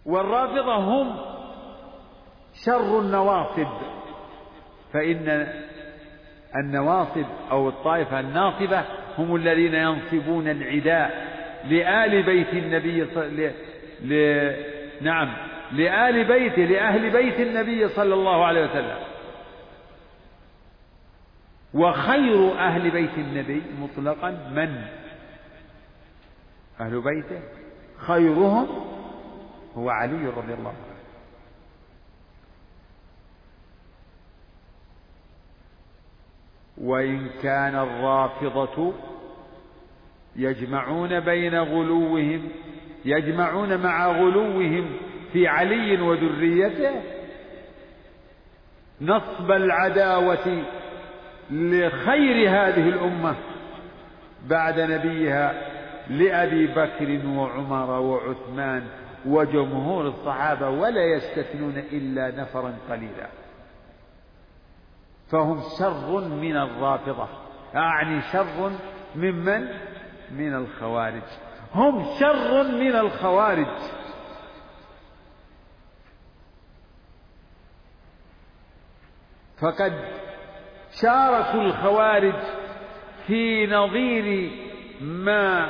والرافضة هم شر النواصب، فإن النواصب أو الطائفة الناصبة هم الذين ينصبون العداء لآل بيت النبي لأهل بيت النبي صلى الله عليه وسلم. وخير أهل بيت النبي مطلقا من؟ أهل بيته، خيرهم هو علي رضي الله عنه. وإن كان الرافضة يجمعون مع غلوهم في علي وذريته نصب العداوة لخير هذه الأمة بعد نبيها لأبي بكر وعمر وعثمان وجمهور الصحابة، ولا يستثنون إلا نفرا قليلا. فهم شر من الرافضة، أعني شر من الخوارج، هم شر من الخوارج. فقد شاركوا الخوارج في نظير ما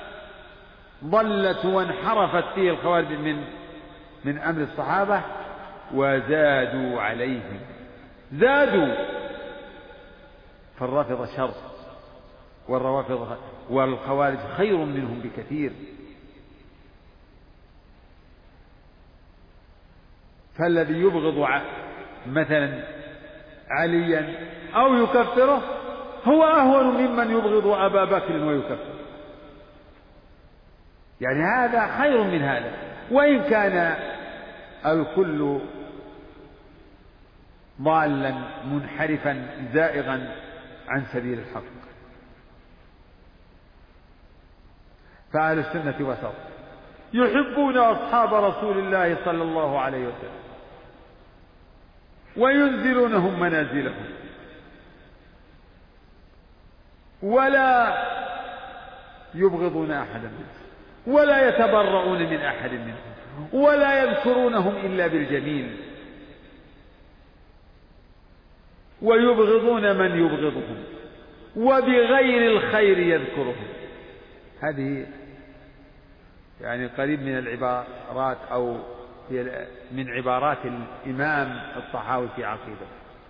ضلت وانحرفت فيه الخوارج من أمر الصحابة، وزادوا عليهم، زادوا. فالرافضة شر، والخوارج خير منهم بكثير. فالذي يبغض مثلا عليا أو يكفره هو أهون ممن يبغض أبا بكر ويكفره، يعني هذا خير من هذا، وإن كان الكل ضالا منحرفا زائغا عن سبيل الحق. فأهل السنة وسط، يحبون أصحاب رسول الله صلى الله عليه وسلم وينزلونهم منازلهم، ولا يبغضون أحدا منهم، ولا يتبرؤون من أحد منهم، ولا يذكرونهم إلا بالجميل، ويبغضون من يبغضهم، وبغير الخير يذكرهم. هذه يعني قريب من العبارات أو من عبارات الإمام الطحاوي في عقيدته.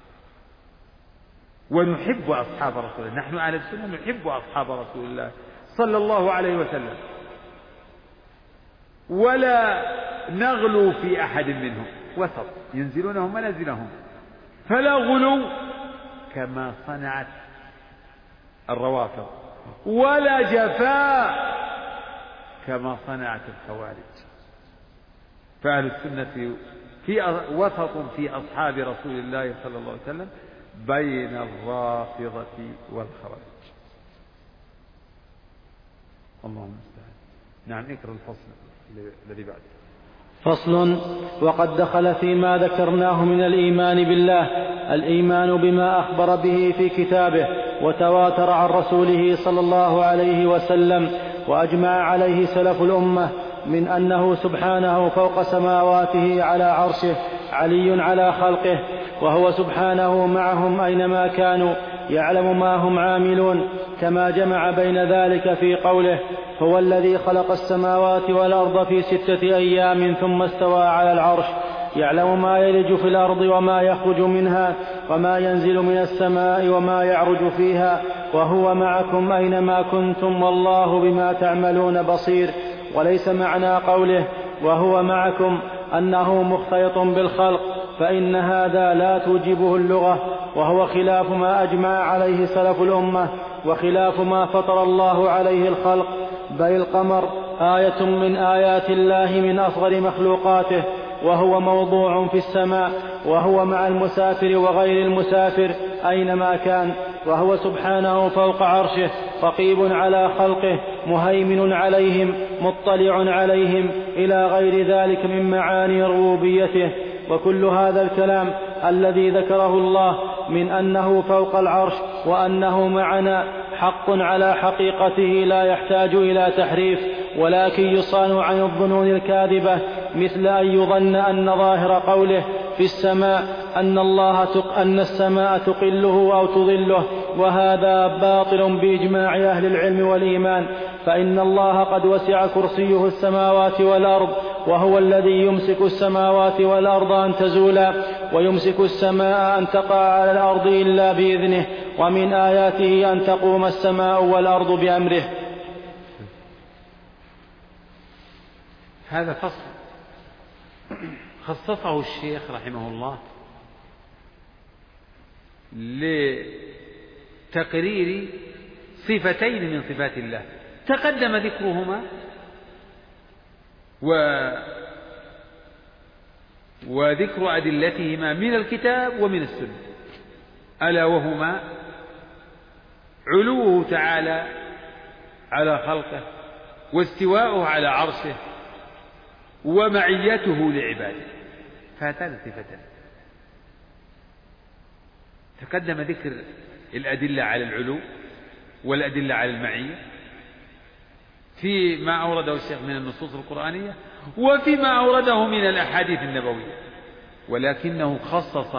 ونحب أصحاب رسول الله، نحن أهل السنة نحب أصحاب رسول الله صلى الله عليه وسلم، ولا نغلو في أحد منهم، وسط، ينزلونهم منازلهم، فلا غلو كما صنعت الروافض، ولا جفاء كما صنعت الخوارج. فأهل السنة في وسط في أصحاب رسول الله صلى الله عليه وسلم بين الرافضة والخوارج. اللهم استعان. نعم، اقرأ الفصل الذي بعده. فصل. وقد دخل فيما ذكرناه من الإيمان بالله الإيمان بما أخبر به في كتابه وتواتر عن رسوله صلى الله عليه وسلم وأجمع عليه سلف الأمة من أنه سبحانه فوق سماواته على عرشه علي على خلقه، وهو سبحانه معهم أينما كانوا يعلم ما هم عاملون، كما جمع بين ذلك في قوله: هو الذي خلق السماوات والأرض في 6 أيام ثم استوى على العرش، يعلم ما يلج في الأرض وما يخرج منها وما ينزل من السماء وما يعرج فيها، وهو معكم أينما كنتم والله بما تعملون بصير. وليس معنى قوله وهو معكم أنه مختلط بالخلق، فإن هذا لا توجبه اللغة، وهو خلاف ما أجمع عليه سلف الأمة وخلاف ما فطر الله عليه الخلق. بل القمر آية من آيات الله من أصغر مخلوقاته، وهو موضوع في السماء، وهو مع المسافر وغير المسافر أينما كان، وهو سبحانه فوق عرشه رقيب على خلقه مهيمن عليهم مطلع عليهم إلى غير ذلك من معاني ربوبيته. وكل هذا الكلام الذي ذكره الله من أنه فوق العرش وأنه معنا حق على حقيقته لا يحتاج إلى تحريف ولكن يصان عن الظنون الكاذبة، مثل أن يظن أن ظاهر قوله في السماء أن السماء تقله أو تظله، وهذا باطل بإجماع أهل العلم والإيمان، فإن الله قد وسع كرسيه السماوات والأرض، وهو الذي يمسك السماوات والأرض أن تزولا، ويمسك السماء أن تقع على الأرض إلا بإذنه، ومن آياته أن تقوم السماء والأرض بأمره. هذا فصل خصصه الشيخ رحمه الله لتقرير صفتين من صفات الله تقدم ذكرهما وذكر أدلتهما من الكتاب ومن السنة، ألا وهما علوه تعالى على خلقه، واستواؤه على عرشه، ومعيته لعباده. فهاتان الصفتان تقدم ذكر الأدلة على العلو والأدلة على المعية فيما أورده الشيخ من النصوص القرآنية وفيما أورده من الأحاديث النبوية، ولكنه خصص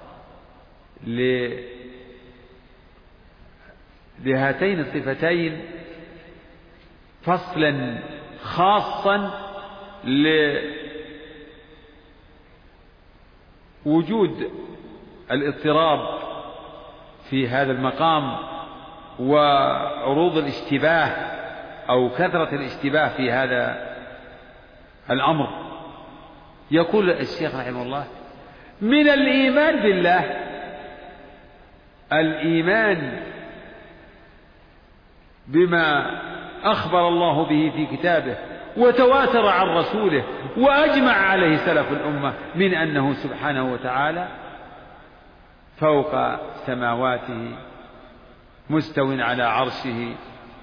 لهاتين الصفتين فصلا خاصا لوجود الاضطراب في هذا المقام وعروض الاشتباه أو كثرة الاشتباه في هذا الأمر. يقول الشيخ رحمه الله: من الإيمان بالله الإيمان بما أخبر الله به في كتابه وتواتر عن رسوله وأجمع عليه سلف الأمة من أنه سبحانه وتعالى فوق سماواته مستو على عرشه،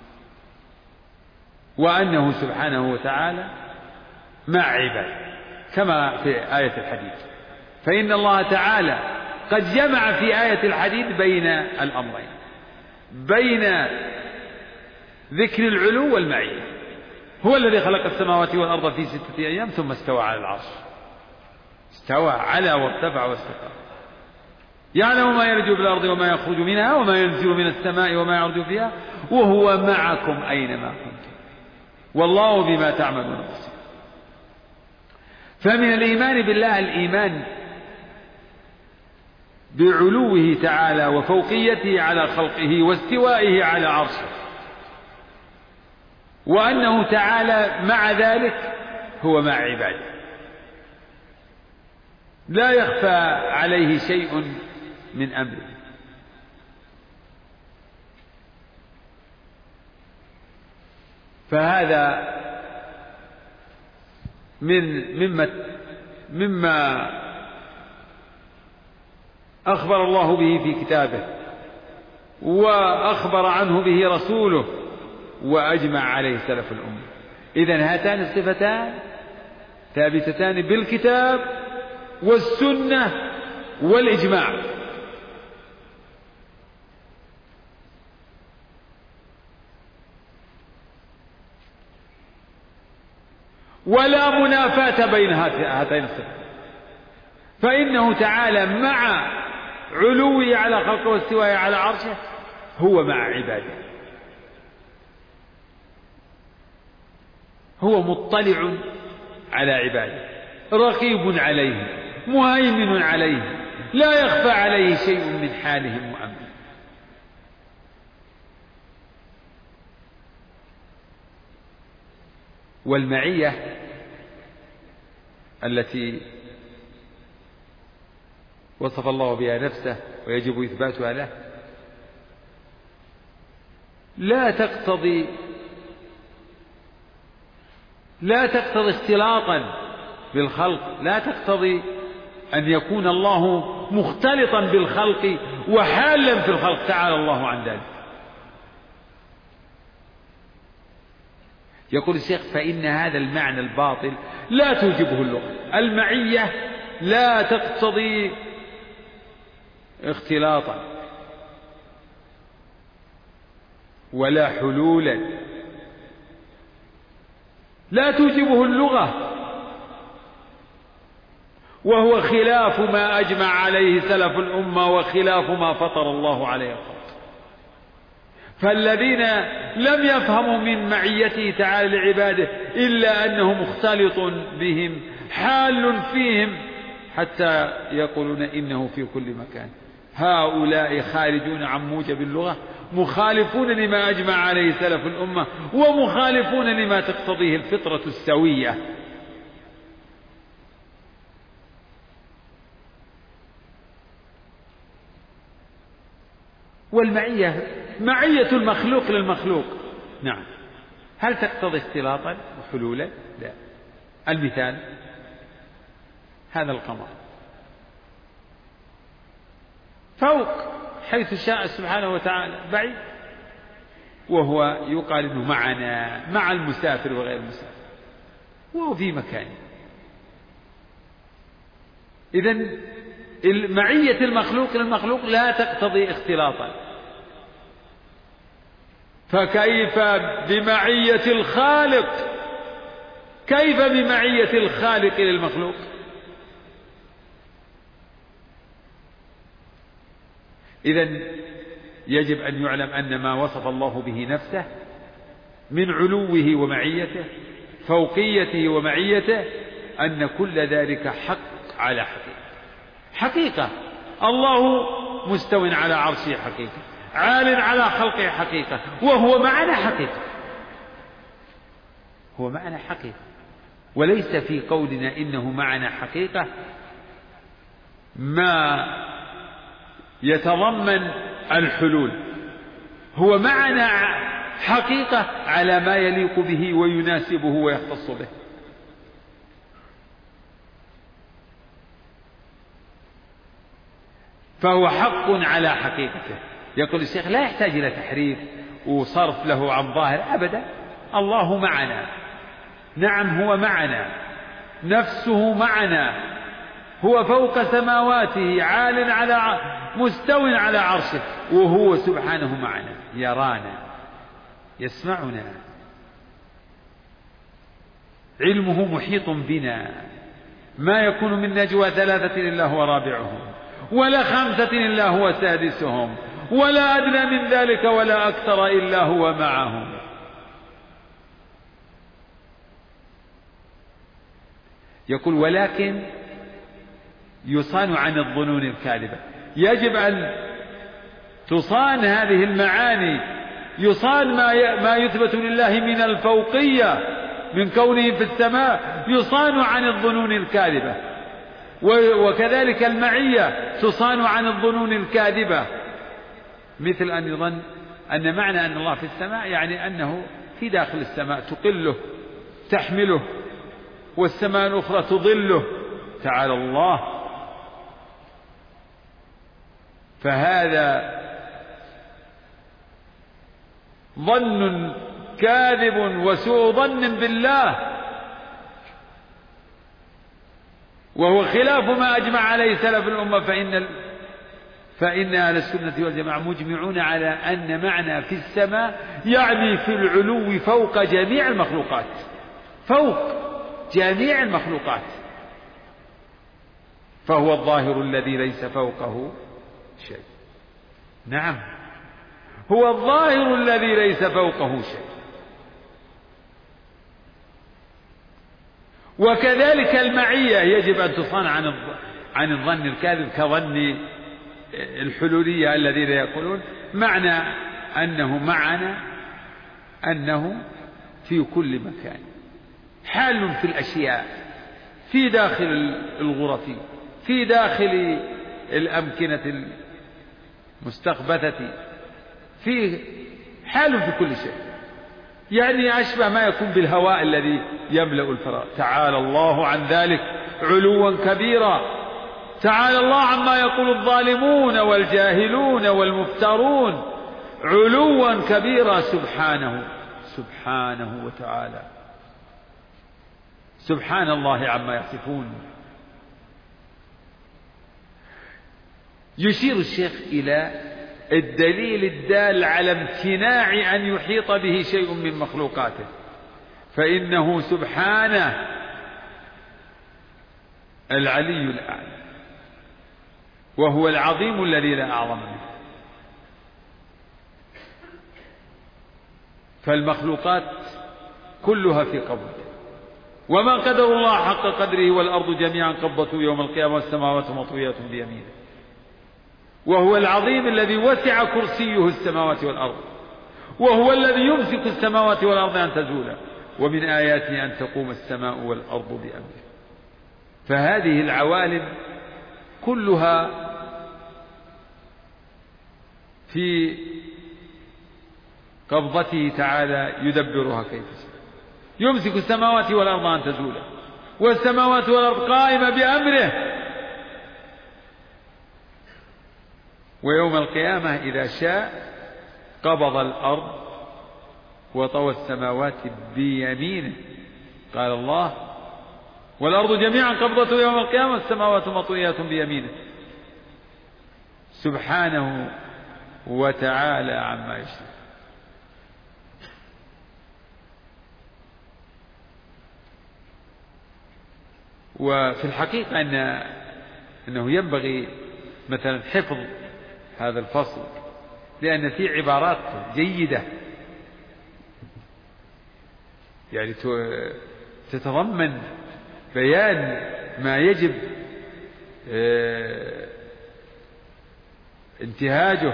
وأنه سبحانه وتعالى مع عباده كما في آية الحديد. فإن الله تعالى قد جمع في آية الحديد بين الأمرين، بين ذكر العلو والمعية. هو الذي خلق السماوات والأرض في 6 أيام ثم استوى على العرش، استوى على وارتفع واستقر، يعلم ما يلج في الأرض وما يخرج منها وما ينزل من السماء وما يعرج فيها وهو معكم أينما كنتم والله بما تعملون بصير. فمن الإيمان بالله الإيمان بعلوه تعالى وفوقيته على خلقه واستوائه على عرشه، وأنه تعالى مع ذلك هو مع عباده، لا يخفى عليه شيء من أمره. فهذا مما أخبر الله به في كتابه وأخبر عنه به رسوله وأجمع عليه سلف الأمة. إذن هاتان الصفتان ثابتتان بالكتاب والسنة والإجماع، ولا منافاة بين هاتين الصفتين، فإنه تعالى مع علوه على خلقه واستوائه على عرشه هو مع عباده، هو مطلع على عباده، رقيب عليهم، مهيمن عليهم، لا يخفى عليه شيء من حالهم وأمرهم. والمعية التي وصف الله بها نفسه ويجب إثباتها له لا تقتضي اختلاطا بالخلق، لا تقتضي أن يكون الله مختلطا بالخلق وحالا في الخلق، تعالى الله عن ذلك. يقول الشيخ: فإن هذا المعنى الباطل لا توجبه اللغة. المعية لا تقتضي اختلاطا ولا حلولا لا توجبه اللغة، وهو خلاف ما أجمع عليه سلف الأمة وخلاف ما فطر الله عليه الخلق. فالذين لم يفهموا من معيته تعالى لعباده إلا أنه مختلط بهم حال فيهم حتى يقولون إنه في كل مكان، هؤلاء خارجون عن موجب اللغة، مخالفون لما أجمع عليه سلف الأمة، ومخالفون لما تقتضيه الفطرة السوية. والمعية معية المخلوق للمخلوق، نعم، هل تقتضي اختلاطا وحلولا؟ لا. المثال هذا القمر فوق حيث شاء سبحانه وتعالى، بعيد، وهو يقال انه معنا، مع المسافر وغير المسافر، وهو في مكانه. إذن معية المخلوق للمخلوق لا تقتضي اختلاطا، فكيف بمعية الخالق؟ كيف بمعية الخالق للمخلوق؟ إذن يجب أن يعلم أن ما وصف الله به نفسه من علوه ومعيته، فوقيته ومعيته، أن كل ذلك حق على حقيقة. الله مستو على عرشه حقيقة، عال على خلقه حقيقة، وهو معنا حقيقة، هو معنا حقيقة. وليس في قولنا إنه معنا حقيقة ما يتضمن الحلول، هو معنا حقيقة على ما يليق به ويناسبه ويختص به. فهو حق على حقيقته. يقول الشيخ لا يحتاج إلى تحريف وصرف له عن ظاهر أبدا، الله معنا، نعم هو معنا، نفسه معنا، هو فوق سماواته، عال على مستو على عرشه، وهو سبحانه معنا، يرانا، يسمعنا، علمه محيط بنا، ما يكون من نجوى 3 إلا هو رابعهم، ولا 5 إلا هو سادسهم، ولا أدنى من ذلك ولا أكثر إلا هو معهم. يقول ولكن يصان عن الظنون الكاذبة، يجب أن تصان هذه المعاني، يصان ما يثبت لله من الفوقية من كونه في السماء، يصان عن الظنون الكاذبة، وكذلك المعية تصان عن الظنون الكاذبة، مثل أن يظن أن معنى أن الله في السماء يعني أنه في داخل السماء تقله تحمله، والسماء الأخرى تظله، تعالى الله. فهذا ظن كاذب وسوء ظن بالله، وهو خلاف ما أجمع عليه سلف الأمة. فإن أهل السنة والجماعة مجمعون على أن معنى في السماء يعني في العلو فوق جميع المخلوقات، فوق جميع المخلوقات، فهو الظاهر الذي ليس فوقه شيء. نعم، هو الظاهر الذي ليس فوقه شيء. وكذلك المعية يجب أن تصان عن الظن الكاذب كظن الحلولية الذين يقولون معنى أنه معنا أنه في كل مكان، حال في الأشياء، في داخل الغرف، في داخل الأمكنة المستخبثة، في حال في كل شيء، يعني أشبه ما يكون بالهواء الذي يملأ الفراغ. تعالى الله عن ذلك علوا كبيرا، تعالى الله عما يقول الظالمون والجاهلون والمفترون، علوا كبيرا سبحانه وتعالى، سبحان الله عما يصفون. يشير الشيخ إلى الدليل الدال على امتناع أن يحيط به شيء من مخلوقاته، فإنه سبحانه العلي الأعلى، وهو العظيم الذي لا أعظم منه. فالمخلوقات كلها في قبضته، وما قدر الله حق قدره والأرض جميعا قبضته يوم القيامة والسماوات مطويات بيمينه. وهو العظيم الذي وسع كرسيه السماوات والأرض، وهو الذي يمسك السماوات والأرض أن تزولا، ومن آياته أن تقوم السماء والأرض بأمره. فهذه العوالم كلها في قبضته تعالى يدبرها كيف شاء. يمسك السماوات والأرض أن تزولا، والسماوات والأرض قائمة بأمره. ويوم القيامة إذا شاء قبض الأرض وطوى السماوات بيمينه. قال الله: والأرض جميعا قبضته يوم القيامة والسماوات مطويات بيمينه. سبحانه وتعالى عما يشرك. وفي الحقيقة أنه ينبغي مثلا حفظ هذا الفصل، لأن فيه عبارات جيدة يعني تتضمن بيان ما يجب انتهاجه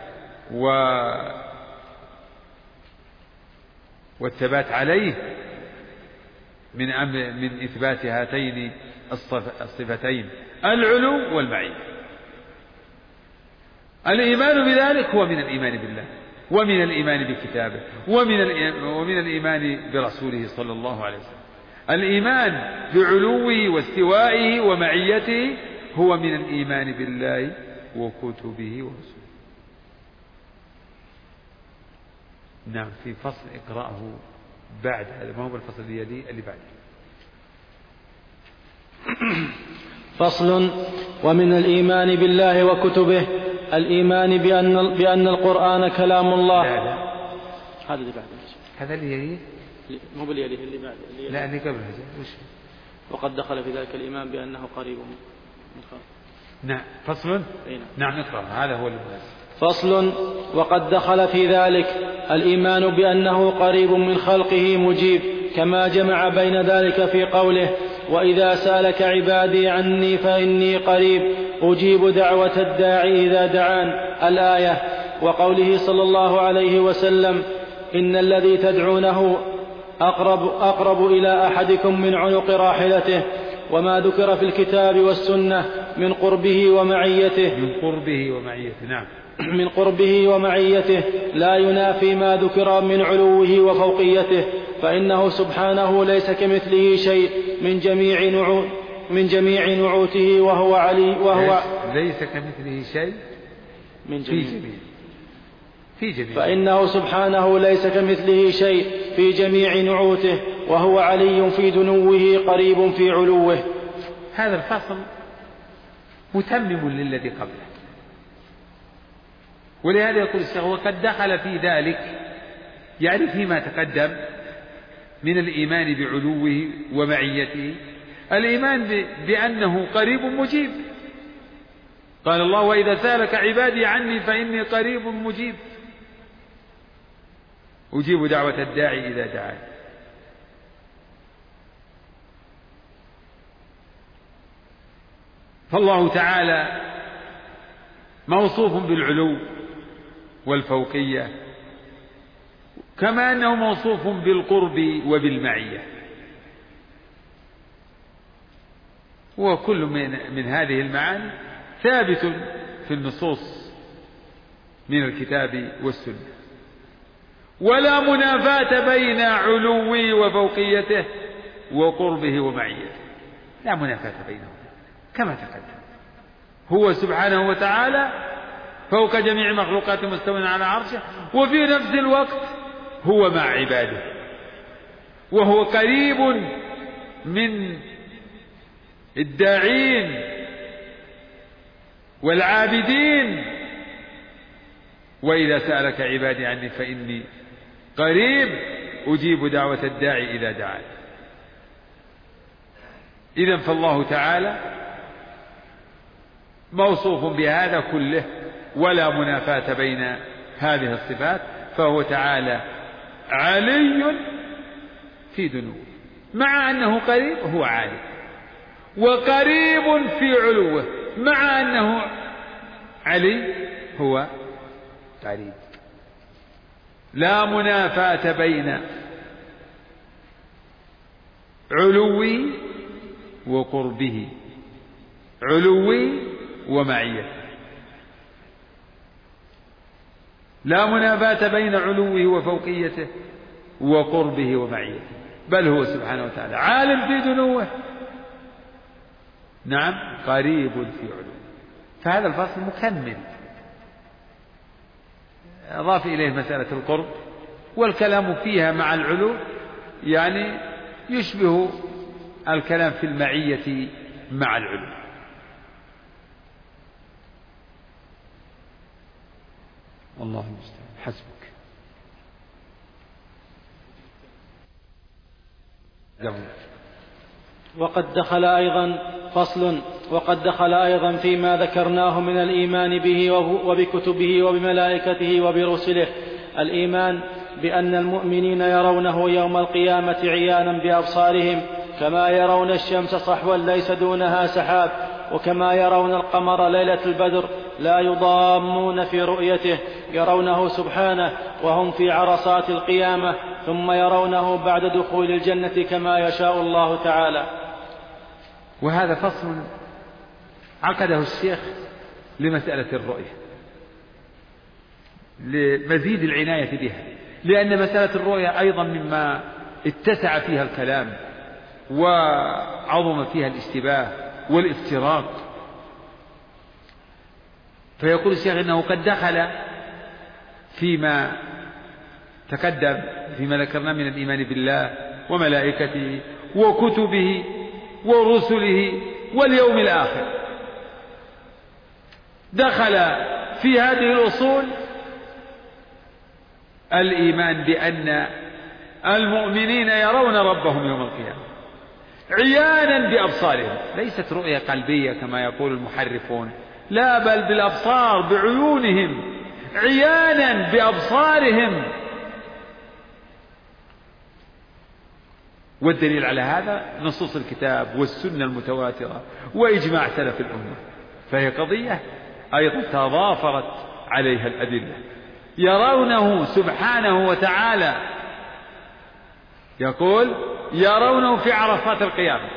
والثبات عليه من إثبات هاتين الصفتين العلو والمعية. الإيمان بذلك هو من الإيمان بالله، ومن الإيمان بكتابه، ومن الإيمان برسوله صلى الله عليه وسلم. الإيمان بعلوه واستوائه ومعيته هو من الإيمان بالله وكتبه ورسوله. نعم، في فصل اقرأه بعد هذا، ما هو الفصل اللي بعده. فصل: ومن الإيمان بالله وكتبه الإيمان بأن القرآن كلام الله. هذا اللي بعده. هذا اللي يليه؟ مو اللي يليه، اللي بعده. لا، اللي قبله. وقد دخل في ذلك الإيمان بأنه قريب من خلقه. نعم، فصل. نعم، نقرأ. هذا هو المناسب. فصل: وقد دخل في ذلك الإيمان بأنه قريب من خلقه مجيب، كما جمع بين ذلك في قوله: وإذا سألك عبادي عني فإني قريب أجيب دعوة الداعي إذا دعان، الآية. وقوله صلى الله عليه وسلم: إن الذي تدعونه أقرب إلى أحدكم من عنق راحلته. وما ذكر في الكتاب والسنة من قربه ومعيته نعم، من قربه ومعيته لا ينافي ما ذكر من علوه وفوقيته، فإنه سبحانه ليس كمثله شيء من جميع نعوته، وهو علي ليس كمثله شيء في جميع فإنه سبحانه ليس كمثله شيء في جميع نعوته، وهو علي في دنوه قريب في علوه. هذا الفصل متمم للذي قبله، ولهذا يقول الشيخ: وقد دخل في ذلك، يعني فيما تقدم من الإيمان بعلوه ومعيته، الإيمان بأنه قريب مجيب. قال الله: وإذا سألك عبادي عني فإني قريب مجيب أجيب دعوة الداعي إذا دعان. فالله تعالى موصوف بالعلو والفوقية، كما أنه موصوف بالقرب وبالمعية. وكل من هذه المعاني ثابت في النصوص من الكتاب والسنة، ولا منافاة بين علوه وفوقيته وقربه ومعيته، لا منافاة بينهم كما تقدم. هو سبحانه وتعالى فوق جميع مخلوقات مستوٍ على عرشه، وفي نفس الوقت هو مع عباده، وهو قريب من الداعين والعابدين. وإذا سألك عبادي عني فإني قريب أجيب دعوة الداعي إذا دعان. إذن فالله تعالى موصوف بهذا كله ولا منافاة بين هذه الصفات، فهو تعالى علي في دنوه، مع أنه قريب هو عالي، وقريب في علوه مع أنه علي هو قريب. لا منافاة بين علوي وقربه، علوي ومعيته، لا منافاة بين علوه وفوقيته وقربه ومعيته، بل هو سبحانه وتعالى عالم في دنوه، نعم، قريب في علوه. فهذا الفصل مكمل، أضاف إليه مسألة القرب، والكلام فيها مع العلو يعني يشبه الكلام في المعية مع العلو. والله المستعان. حسبك. وقد دخل أيضا فصل وقد دخل أيضا فيما ذكرناه من الإيمان به وبكتبه وبملائكته وبرسله الإيمان بأن المؤمنين يرونه يوم القيامة عيانا بأبصارهم، كما يرون الشمس صحوا ليس دونها سحاب، وكما يرون القمر ليلة البدر لا يضامون في رؤيته، يرونه سبحانه وهم في عرصات القيامة، ثم يرونه بعد دخول الجنة كما يشاء الله تعالى. وهذا فصل عقده الشيخ لمسألة الرؤية لمزيد العناية بها، لأن مسألة الرؤية أيضا مما اتسع فيها الكلام وعظم فيها الاشتباه والافتراق. فيقول الشيخ إنه قد دخل فيما تقدم فيما ذكرنا من الإيمان بالله وملائكته وكتبه ورسله واليوم الآخر، دخل في هذه الأصول الإيمان بأن المؤمنين يرون ربهم يوم القيامة عيانا بأبصارهم، ليست رؤية قلبية كما يقول المحرفون، لا، بل بالأبصار، بعيونهم، عيانا بأبصارهم. والدليل على هذا نصوص الكتاب والسنة المتواترة وإجماع سلف الأمة، فهي قضية أيضا تضافرت عليها الأدلة. يرونه سبحانه وتعالى، يقول يرونه في عرفات القيامة،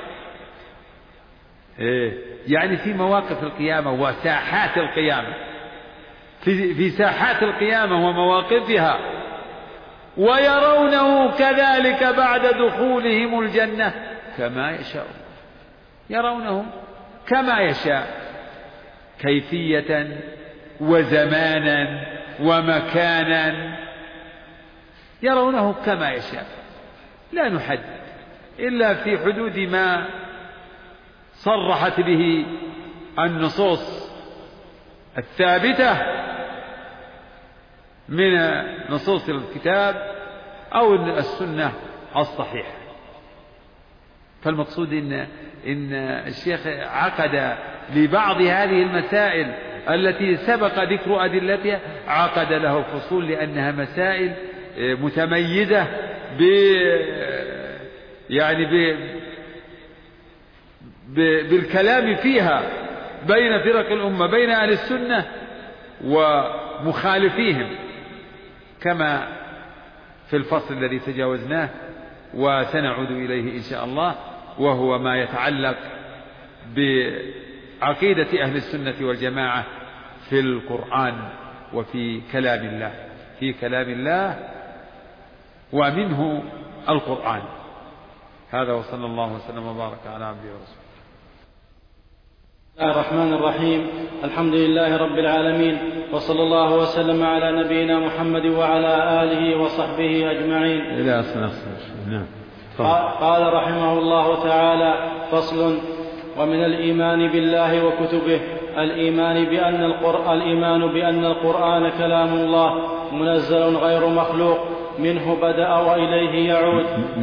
يعني في مواقف القيامة وساحات القيامة، في ساحات القيامة ومواقفها، ويرونه كذلك بعد دخولهم الجنة كما يشاء، يرونه كما يشاء، كيفية وزمانا ومكانا، يرونه كما يشاء، لا نحدد إلا في حدود ما صرحت به النصوص الثابتة من نصوص الكتاب أو السنة الصحيحة. فالمقصود إن الشيخ عقد لبعض هذه المسائل التي سبق ذكر أدلتها، عقد له فصول لأنها مسائل متميزة بالكلام فيها بين فرق الأمة، بين أهل السنة ومخالفيهم، كما في الفصل الذي تجاوزناه وسنعود إليه إن شاء الله، وهو ما يتعلق بعقيدة أهل السنة والجماعة في القرآن وفي كلام الله، في كلام الله ومنه القرآن. هذا وصلى الله وسلم وبارك على عبده ورسوله. بسم الله الرحمن الرحيم. الحمد لله رب العالمين، وصلى الله وسلم على نبينا محمد وعلى آله وصحبه أجمعين. إلى أصل نعم. قال رحمه الله تعالى: فصل. ومن الإيمان بالله وكتبه الإيمان بأن القرآن كلام الله منزل غير مخلوق، منه بدأ وإليه يعود.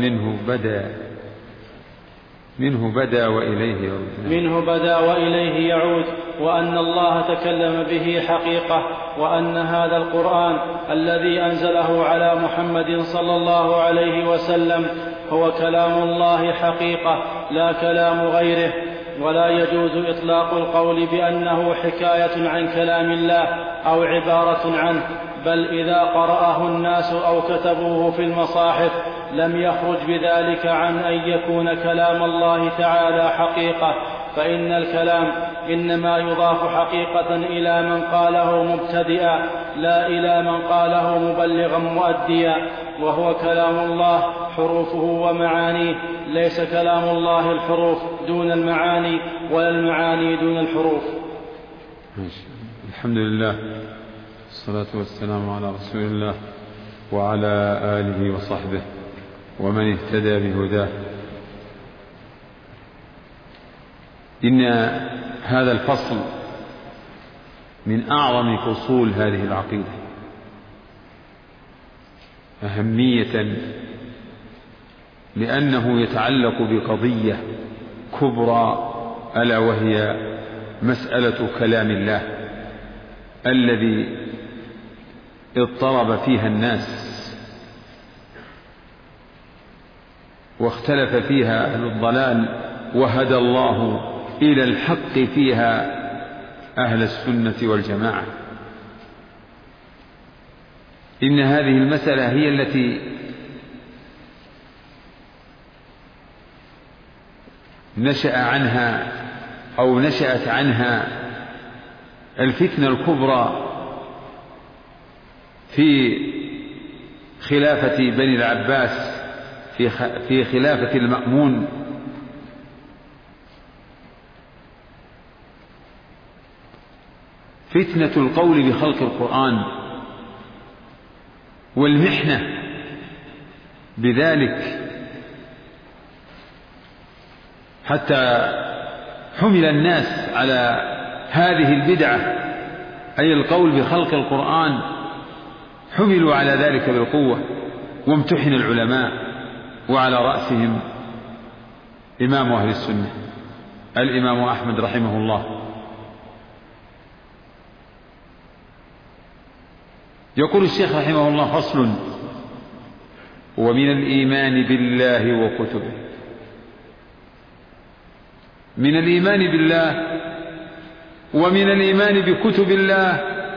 منه بدأ وإليه يعود. منه بدأ وإليه يعود. وأن الله تكلم به حقيقة، وأن هذا القرآن الذي أنزله على محمد صلى الله عليه وسلم هو كلام الله حقيقة لا كلام غيره. ولا يجوز إطلاق القول بأنه حكاية عن كلام الله أو عبارة عنه، بل إذا قرأه الناس أو كتبوه في المصاحف لم يخرج بذلك عن أن يكون كلام الله تعالى حقيقة، فإن الكلام إنما يضاف حقيقة إلى من قاله مبتدئا لا إلى من قاله مبلغا مؤديا، وهو كلام الله حروفه ومعانيه، ليس كلام الله الحروف دون المعاني ولا المعاني دون الحروف. الحمد لله، الصلاة والسلام على رسول الله وعلى آله وصحبه ومن اهتدى بهداه. إن هذا الفصل من أعظم فصول هذه العقيدة أهمية، لأنه يتعلق بقضية كبرى، ألا وهي مسألة كلام الله الذي اضطرب فيها الناس واختلف فيها أهل الضلال، وهدى الله إلى الحق فيها أهل السنة والجماعة. إن هذه المسألة هي التي نشأت عنها الفتنة الكبرى في خلافة بني العباس، في خلافة المأمون، فتنة القول بخلق القرآن والمحنة بذلك، حتى حمل الناس على هذه البدعة، أي القول بخلق القرآن، حملوا على ذلك بالقوة، وامتحن العلماء، وعلى رأسهم إمام أهل السنة الإمام أحمد رحمه الله. يقول الشيخ رحمه الله: فصل: ومن الإيمان بالله وكتبه. من الإيمان بالله ومن الإيمان بكتب الله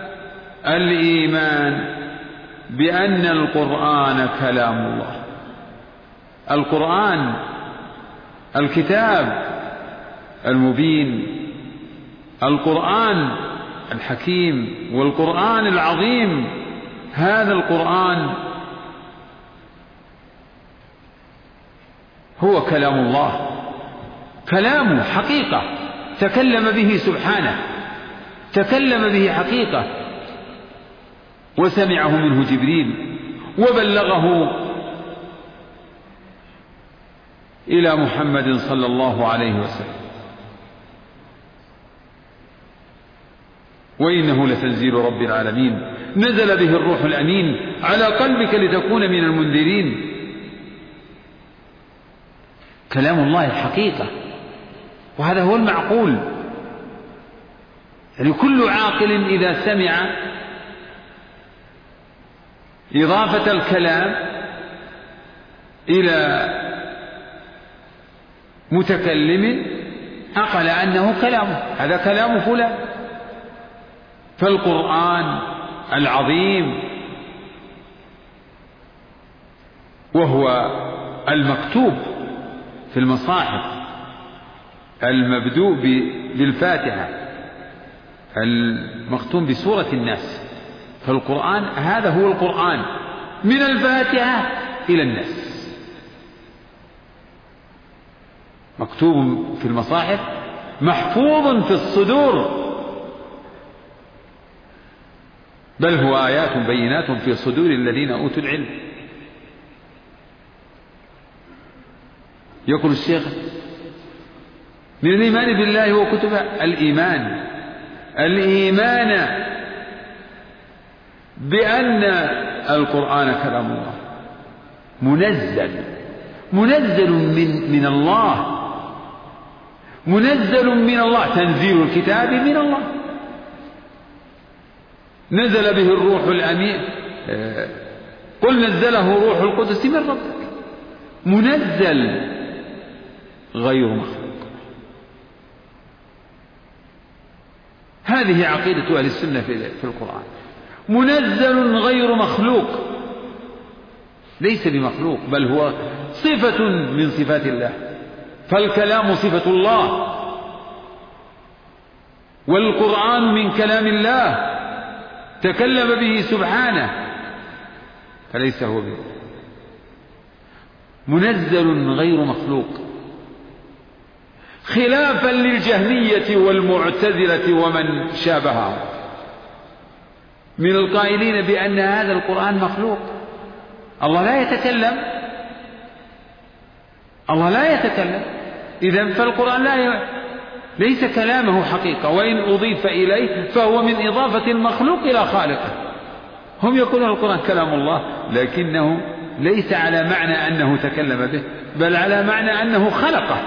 الإيمان بأن القرآن كلام الله. القرآن الكتاب المبين، القرآن الحكيم، والقرآن العظيم. هذا القرآن هو كلام الله، كلامه حقيقة تكلم به سبحانه، تكلم به حقيقة، وسمعه منه جبريل وبلغه إلى محمد صلى الله عليه وسلم، وإنه لتنزيل رب العالمين، نزل به الروح الأمين على قلبك لتكون من المنذرين. كلام الله الحقيقة، وهذا هو المعقول. يعني كل عاقل إذا سمع إضافة الكلام إلى متكلم عقل أنه كلامه، هذا كلام فلان. فالقرآن العظيم وهو المكتوب في المصاحف، المبدوء بالفاتحة، المختوم بسورة الناس، فالقرآن هذا هو القرآن من الفاتحة إلى الناس، مكتوب في المصاحف، محفوظ في الصدور، بل هو آيات بينات في صدور الذين أوتوا العلم. يقول الشيخ: من الإيمان بالله وكتبه الإيمان بأن القرآن كلام الله. منزل من الله، منزل من الله، تنزيل الكتاب من الله، نزل به الروح الأمين، قل نزله روح القدس من ربك، منزل غير مخلوق. هذه عقيدة أهل السنة في القرآن، منزل غير مخلوق، ليس بمخلوق، بل هو صفة من صفات الله، فالكلام صفة الله، والقرآن من كلام الله تكلم به سبحانه، فليس هو به، منزل غير مخلوق، خلافا للجهمية والمعتزلة ومن شابههم من القائلين بأن هذا القرآن مخلوق. الله لا يتكلم، إذن فالقرآن ليس كلامه حقيقة، وإن أضيف إليه فهو من إضافة المخلوق إلى خالقه. هم يقولون القرآن كلام الله، لكنه ليس على معنى أنه تكلم به، بل على معنى أنه خلقه.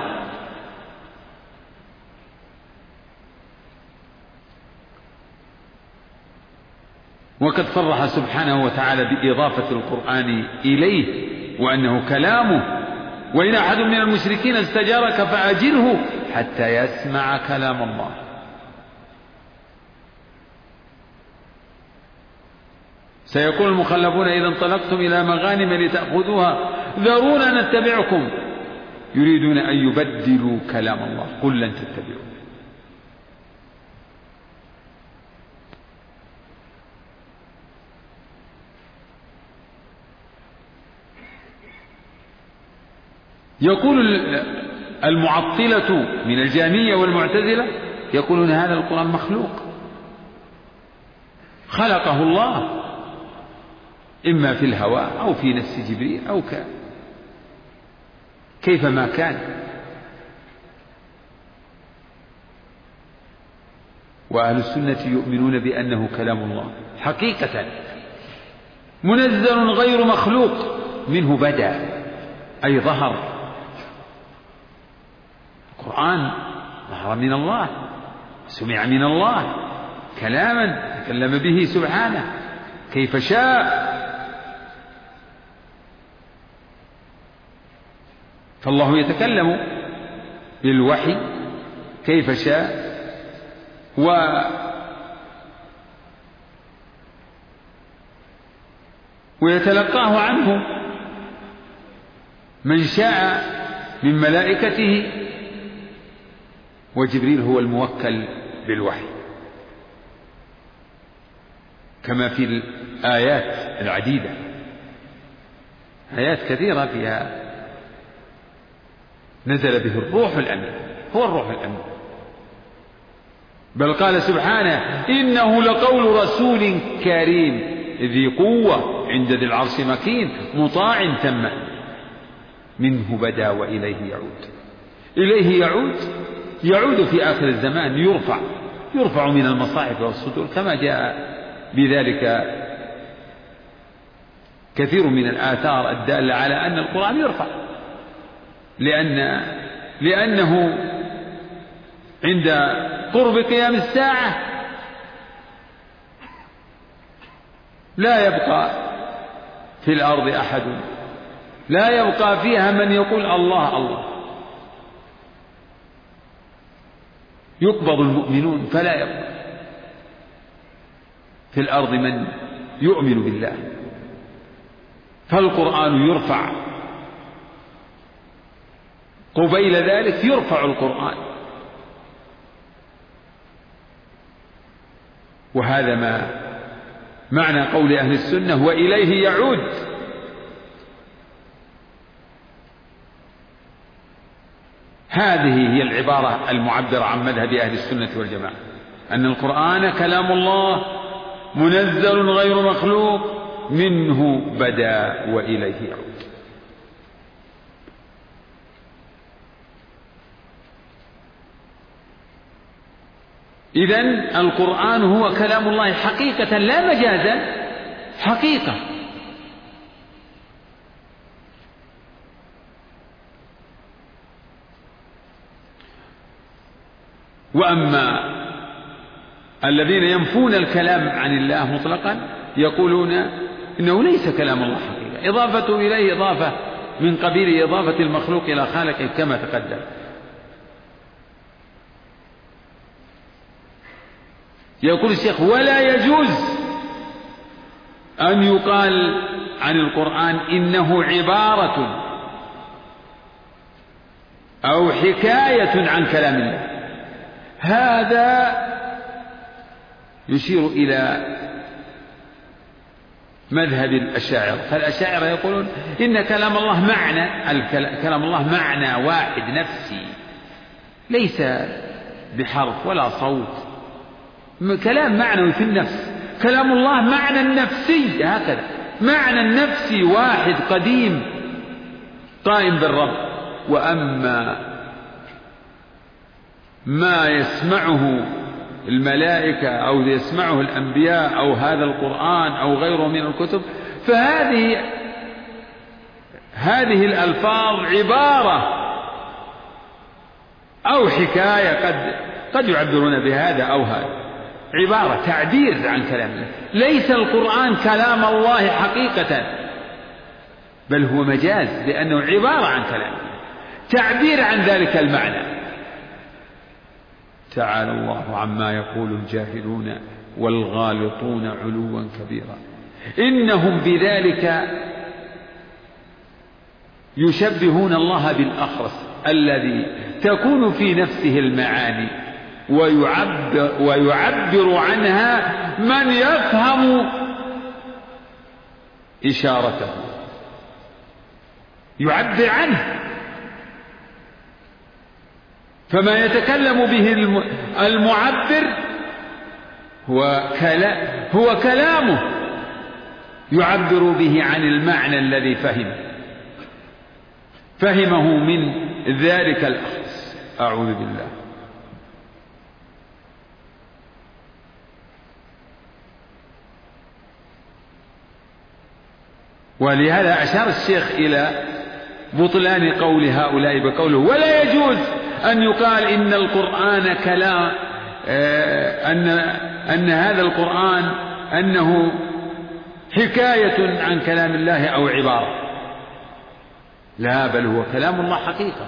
وقد صرح سبحانه وتعالى بإضافة القرآن إليه وأنه كلامه، وإن أحد من المشركين استجارك فأجره حتى يسمع كلام الله. سيقول المخلفون إذا انطلقتم إلى مغانم لتأخذوها ذرونا نتبعكم يريدون أن يبدلوا كلام الله قل لن تتبعوا. يقول المعطلة من الجهمية والمعتزلة يقولون هذا القرآن مخلوق، خلقه الله إما في الهواء أو في نفس جبريل أو كيفما كان. وأهل السنة يؤمنون بأنه كلام الله حقيقة، منزل غير مخلوق، منه بدأ أي ظهر. القرآن ظهر من الله، سمع من الله، كلاما تكلم به سبحانه كيف شاء. فالله يتكلم بالوحي كيف شاء، ويتلقاه عنه من شاء من ملائكته، وجبريل هو الموكل بالوحي، كما في الآيات العديدة، آيات كثيرة فيها نزل به الروح الأمين، هو الروح الأمين. بل قال سبحانه إنه لقول رسول كريم ذي قوة عند ذي العرش مكين مطاع ثم منه بدا وإليه يعود. إليه يعود في آخر الزمان، يرفع من المصاحف والصدور، كما جاء بذلك كثير من الآثار الدالة على أن القرآن يرفع، لأنه عند قرب قيام الساعة لا يبقى في الأرض أحد، لا يبقى فيها من يقول الله الله، يقبض المؤمنون فلا يبقى في الأرض من يؤمن بالله، فالقرآن يرفع، قبيل ذلك يرفع القرآن. وهذا ما معنى قول أهل السنة وإليه يعود. هذه هي العبارة المعبرة عن مذهب أهل السنة والجماعة، أن القرآن كلام الله منزل غير مخلوق، منه بدا وإليه يعود. إذن القرآن هو كلام الله حقيقة لا مجازا، حقيقة. وأما الذين ينفون الكلام عن الله مطلقا يقولون إنه ليس كلام الله حقيقة، إضافته إليه إضافة من قبيل إضافة المخلوق إلى خالقه كما تقدم. يقول الشيخ: ولا يجوز أن يقال عن القرآن إنه عبارة أو حكاية عن كلام الله. هذا يشير إلى مذهب الأشاعرة، فالأشاعرة يقولون إن كلام الله كلام الله معنى واحد نفسي، ليس بحرف ولا صوت، كلام معنوي في النفس. كلام الله معنى نفسي، هكذا معنى نفسي واحد قديم قائم بالرب. وأما ما يسمعه الملائكة أو يسمعه الأنبياء أو هذا القرآن أو غيره من الكتب، فهذه الألفاظ عبارة أو حكاية قد يعبرون بهذا أو هذا، عبارة تعبير عن كلام الله. ليس القرآن كلام الله حقيقة، بل هو مجاز، لأنه عبارة عن كلام الله، تعبير عن ذلك المعنى. تعالى الله عما يقول الجاهلون والغالطون علوا كبيرا. إنهم بذلك يشبهون الله بالأخرس الذي تكون في نفسه المعاني ويعبر عنها من يفهم إشارته، يعبر عنه. فما يتكلم به المعبر هو كلامه يعبر به عن المعنى الذي فهمه من ذلك الأخص. أعوذ بالله. ولهذا أشار الشيخ إلى بطلان قول هؤلاء بقوله: ولا يجوز أن يقال إن القرآن كلام، أن هذا القرآن أنه حكاية عن كلام الله أو عبارة. لا، بل هو كلام الله حقيقة.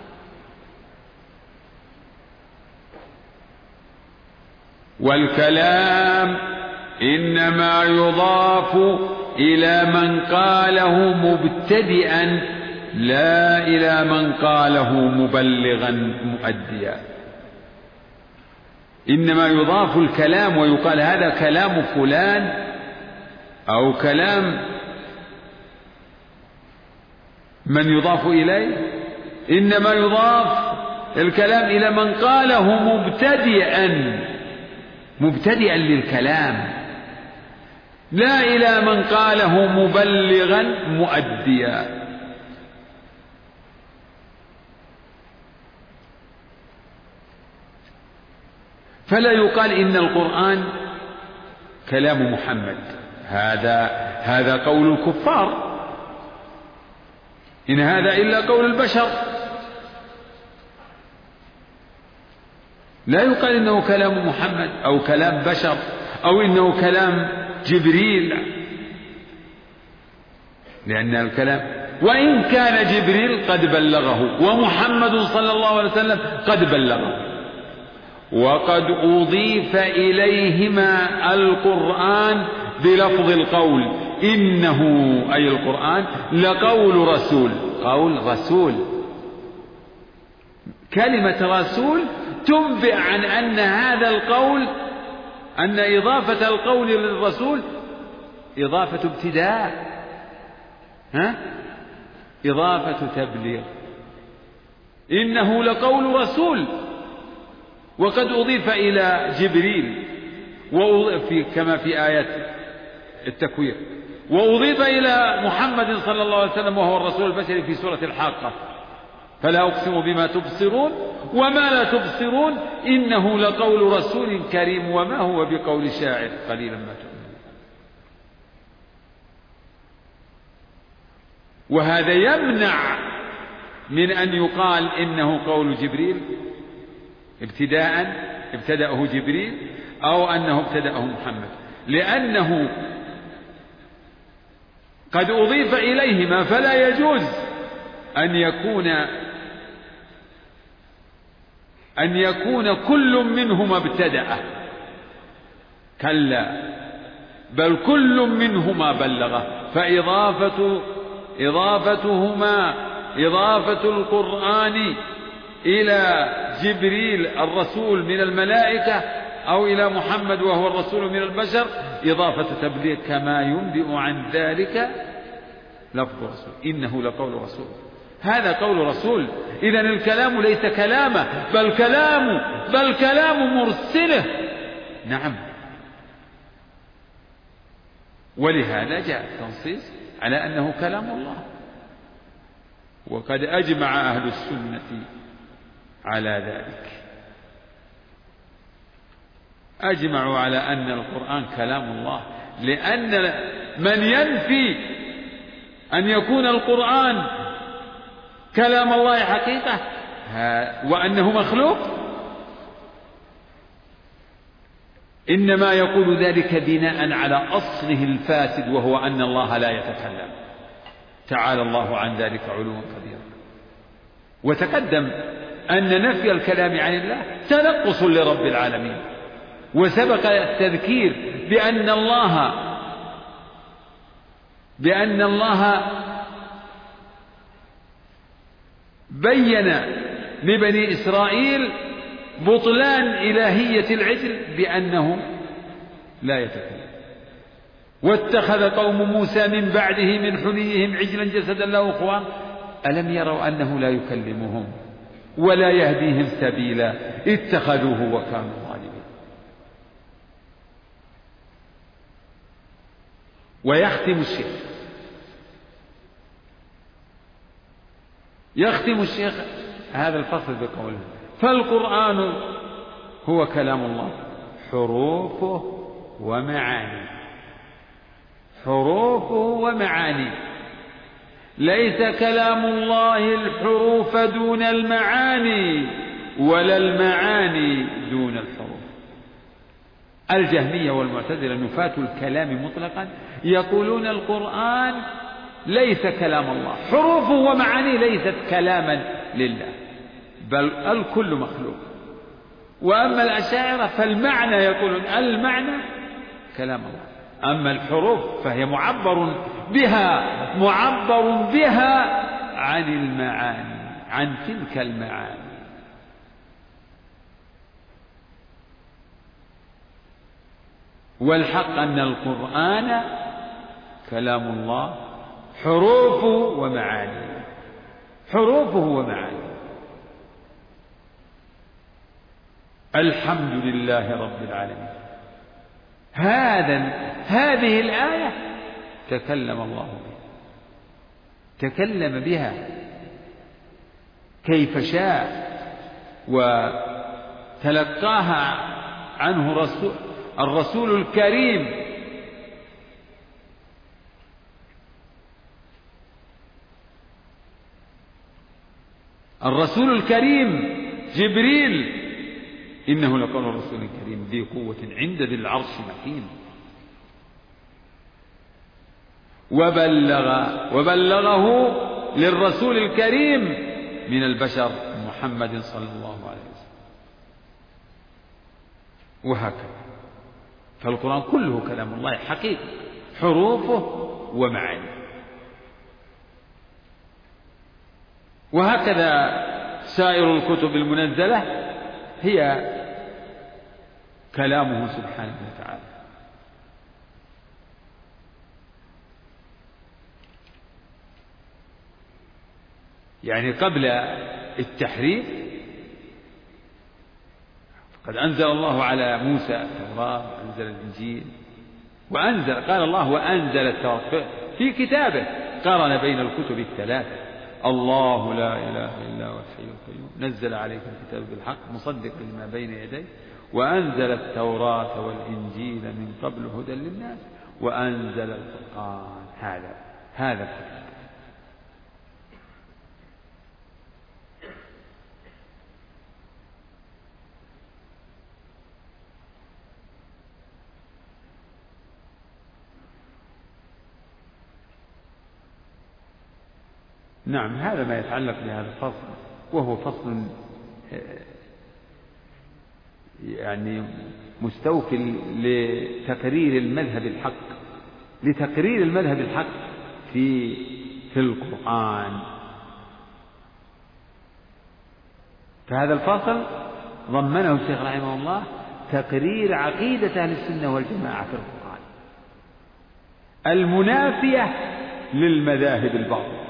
والكلام إنما يضاف إلى من قاله مبتدئا، لا إلى من قاله مبلغا مؤديا. إنما يضاف الكلام ويقال هذا كلام فلان أو كلام من يضاف إليه. إنما يضاف الكلام إلى من قاله مبتدئا للكلام، لا إلى من قاله مبلغا مؤديا. فلا يقال إن القرآن كلام محمد، هذا قول الكفار، إن هذا إلا قول البشر. لا يقال إنه كلام محمد أو كلام بشر أو إنه كلام جبريل، لأن الكلام وإن كان جبريل قد بلغه ومحمد صلى الله عليه وسلم قد بلغه، وقد أضيف إليهما القرآن بلفظ القول، إنه أي القرآن لقول رسول. قول رسول، كلمة رسول تنبئ عن أن هذا القول، أن إضافة القول للرسول إضافة ابتداء، إضافة تبليغ. إنه لقول رسول، وقد أضيف إلى جبريل كما في آيات التكوير، وأضيف إلى محمد صلى الله عليه وسلم وهو الرسول البشري في سورة الحاقة: فلا أقسم بما تبصرون وما لا تبصرون إنه لقول رسول كريم وما هو بقول شاعر قليلا ما تؤمنون. وهذا يمنع من أن يقال إنه قول جبريل، ابتداء ابتدأه جبريل أو أنه ابتدأه محمد، لأنه قد أضيف إليهما، فلا يجوز أن يكون كل منهما ابتدأ، كلا، بل كل منهما بلغه. إضافة القرآن إلى جبريل الرسول من الملائكة أو إلى محمد وهو الرسول من البشر إضافة تبليغ، كما ينبئ عن ذلك لفظ رسول، إنه لقول رسول، هذا قول رسول. إذن الكلام ليس كلامه بل كلام مرسله. نعم، ولهذا جاء التنصيص على أنه كلام الله. وقد أجمع أهل السنة على ذلك، أجمعوا على أن القرآن كلام الله، لأن من ينفي أن يكون القرآن كلام الله حقيقة وأنه مخلوق إنما يقول ذلك بناء على أصله الفاسد، وهو أن الله لا يتكلم، تعالى الله عن ذلك علوا كبيرا. وتقدم أن نفي الكلام عن الله تنقص لرب العالمين، وسبق التذكير بأن الله بين لبني إسرائيل بطلان إلهية العجل بأنه لا يتكلم. واتخذ قوم موسى من بعده من حليهم عجلا جسدا له خوار ألم يروا أنه لا يكلمهم ولا يهديهم سبيلا اتخذوه وكانوا ظالمين. يختم الشيخ هذا الفصل بقوله: فالقرآن هو كلام الله حروفه ومعاني، ليس كلام الله الحروف دون المعاني ولا المعاني دون الحروف. الجهمية والمعتزلة نفاة الكلام مطلقا يقولون القرآن ليس كلام الله، حروفه ومعانيه ليست كلاما لله، بل الكل مخلوق. وأما الأشاعرة فالمعنى يقولون المعنى كلام الله، أما الحروف فهي معبر بها عن المعاني، عن تلك المعاني. والحق أن القرآن كلام الله حروفه ومعانيه. الحمد لله رب العالمين. هذه الآية تكلم الله بها، تكلم بها كيف شاء، وتلقاها عنه الرسول الكريم جبريل: إنه لقول رسول كريم ذي قوة عند ذي العرش مكين. وبلغه للرسول الكريم من البشر محمد صلى الله عليه وسلم. وهكذا فالقرآن كله كلام الله حقيقي، حروفه ومعانيه. وهكذا سائر الكتب المنزلة هي كلامه سبحانه وتعالى. يعني قبل التحريف قد أنزل الله على موسى التوراة وأنزل الإنجيل قال الله وأنزل التوراة في كتابه، قارن بين الكتب الثلاثة. الله لا إله إلا هو الحي القيوم نزل عليك الكتاب بالحق مصدقا لما بين يديه وأنزل التوراة والإنجيل من قبل هدى للناس وأنزل الفرقان. هذا الكتاب. نعم، هذا ما يتعلق بهذا الفصل، وهو فصل يعني مستوفي لتقرير المذهب الحق، لتقرير المذهب الحق في القرآن. فهذا الفصل ضمنه الشيخ رحمه الله تقرير عقيدة أهل السنة والجماعة في القرآن المنافية للمذاهب الباطلة.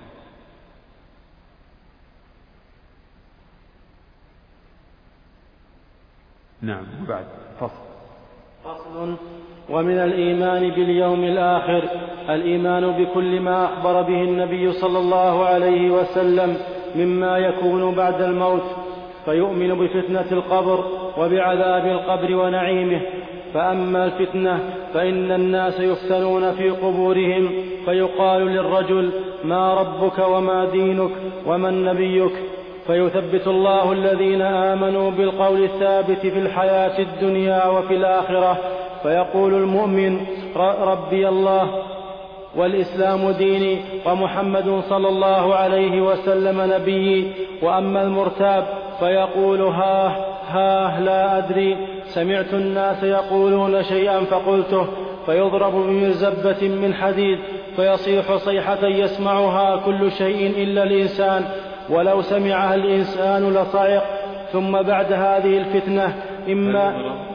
نعم. وبعد فصل. ومن الإيمان باليوم الآخر الإيمان بكل ما أخبر به النبي صلى الله عليه وسلم مما يكون بعد الموت، فيؤمن بفتنة القبر وبعذاب القبر ونعيمه. فأما الفتنة فإن الناس يفتنون في قبورهم، فيقال للرجل: ما ربك وما دينك ومن نبيك؟ فيثبت الله الذين آمنوا بالقول الثابت في الحياة الدنيا وفي الآخرة، فيقول المؤمن: ربي الله والإسلام ديني ومحمد صلى الله عليه وسلم نبيي. وأما المرتاب فيقول: ها لا أدري، سمعت الناس يقولون شيئا فقلته. فيضرب بمرزبة من حديد فيصيح صيحة يسمعها كل شيء إلا الإنسان، ولو سمعها الإنسان لصعق. ثم بعد هذه الفتنة إما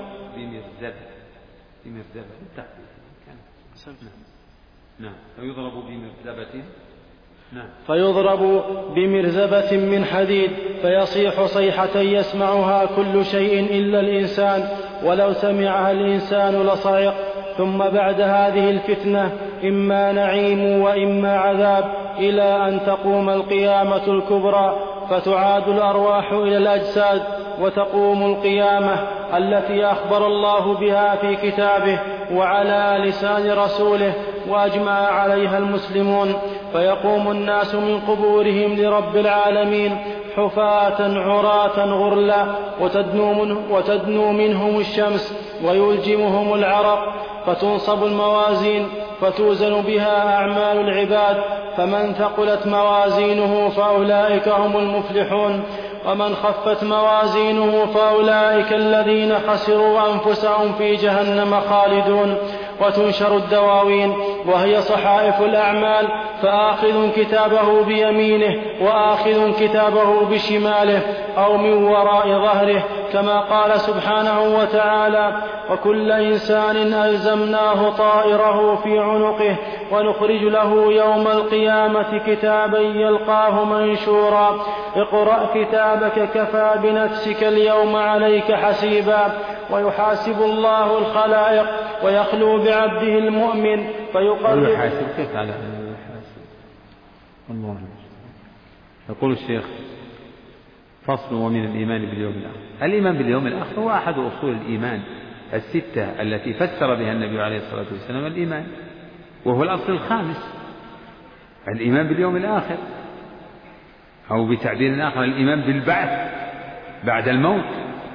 فيضرب بمرزبة من حديد فيصيح صيحة يسمعها كل شيء إلا الإنسان، ولو سمعها الإنسان لصعق. ثم بعد هذه الفتنة إما نعيم وإما عذاب، إلى أن تقوم القيامة الكبرى، فتعاد الأرواح إلى الأجساد، وتقوم القيامة التي أخبر الله بها في كتابه وعلى لسان رسوله وأجمع عليها المسلمون. فيقوم الناس من قبورهم لرب العالمين حفاة عراة غرلا، وتدنو منهم الشمس ويلجمهم العرق، فتنصب الموازين فتوزن بها أعمال العباد، فمن ثقلت موازينه فأولئك هم المفلحون، ومن خفت موازينه فأولئك الذين خسروا أنفسهم في جهنم خالدون. وتنشر الدواوين وهي صحائف الأعمال، فآخذ كتابه بيمينه وآخذ كتابه بشماله أو من وراء ظهره، كما قال سبحانه وتعالى: وكل إنسان ألزمناه طائره في عنقه ونخرج له يوم القيامة كتابا يلقاه منشورا. اقرأ كتابك كفى بنفسك اليوم عليك حسيبا. ويحاسب الله الخلائق ويخلو بعبده المؤمن فيقرب. كيف على الله. يقول الشيخ: فصل. ومن الإيمان باليوم الآخر. الإيمان باليوم الآخر هو أحد أصول الإيمان الستة التي فسر بها النبي عليه الصلاة والسلام الإيمان، وهو الأصل الخامس، الإيمان باليوم الآخر، أو بتعبير آخر الإيمان بالبعث بعد الموت.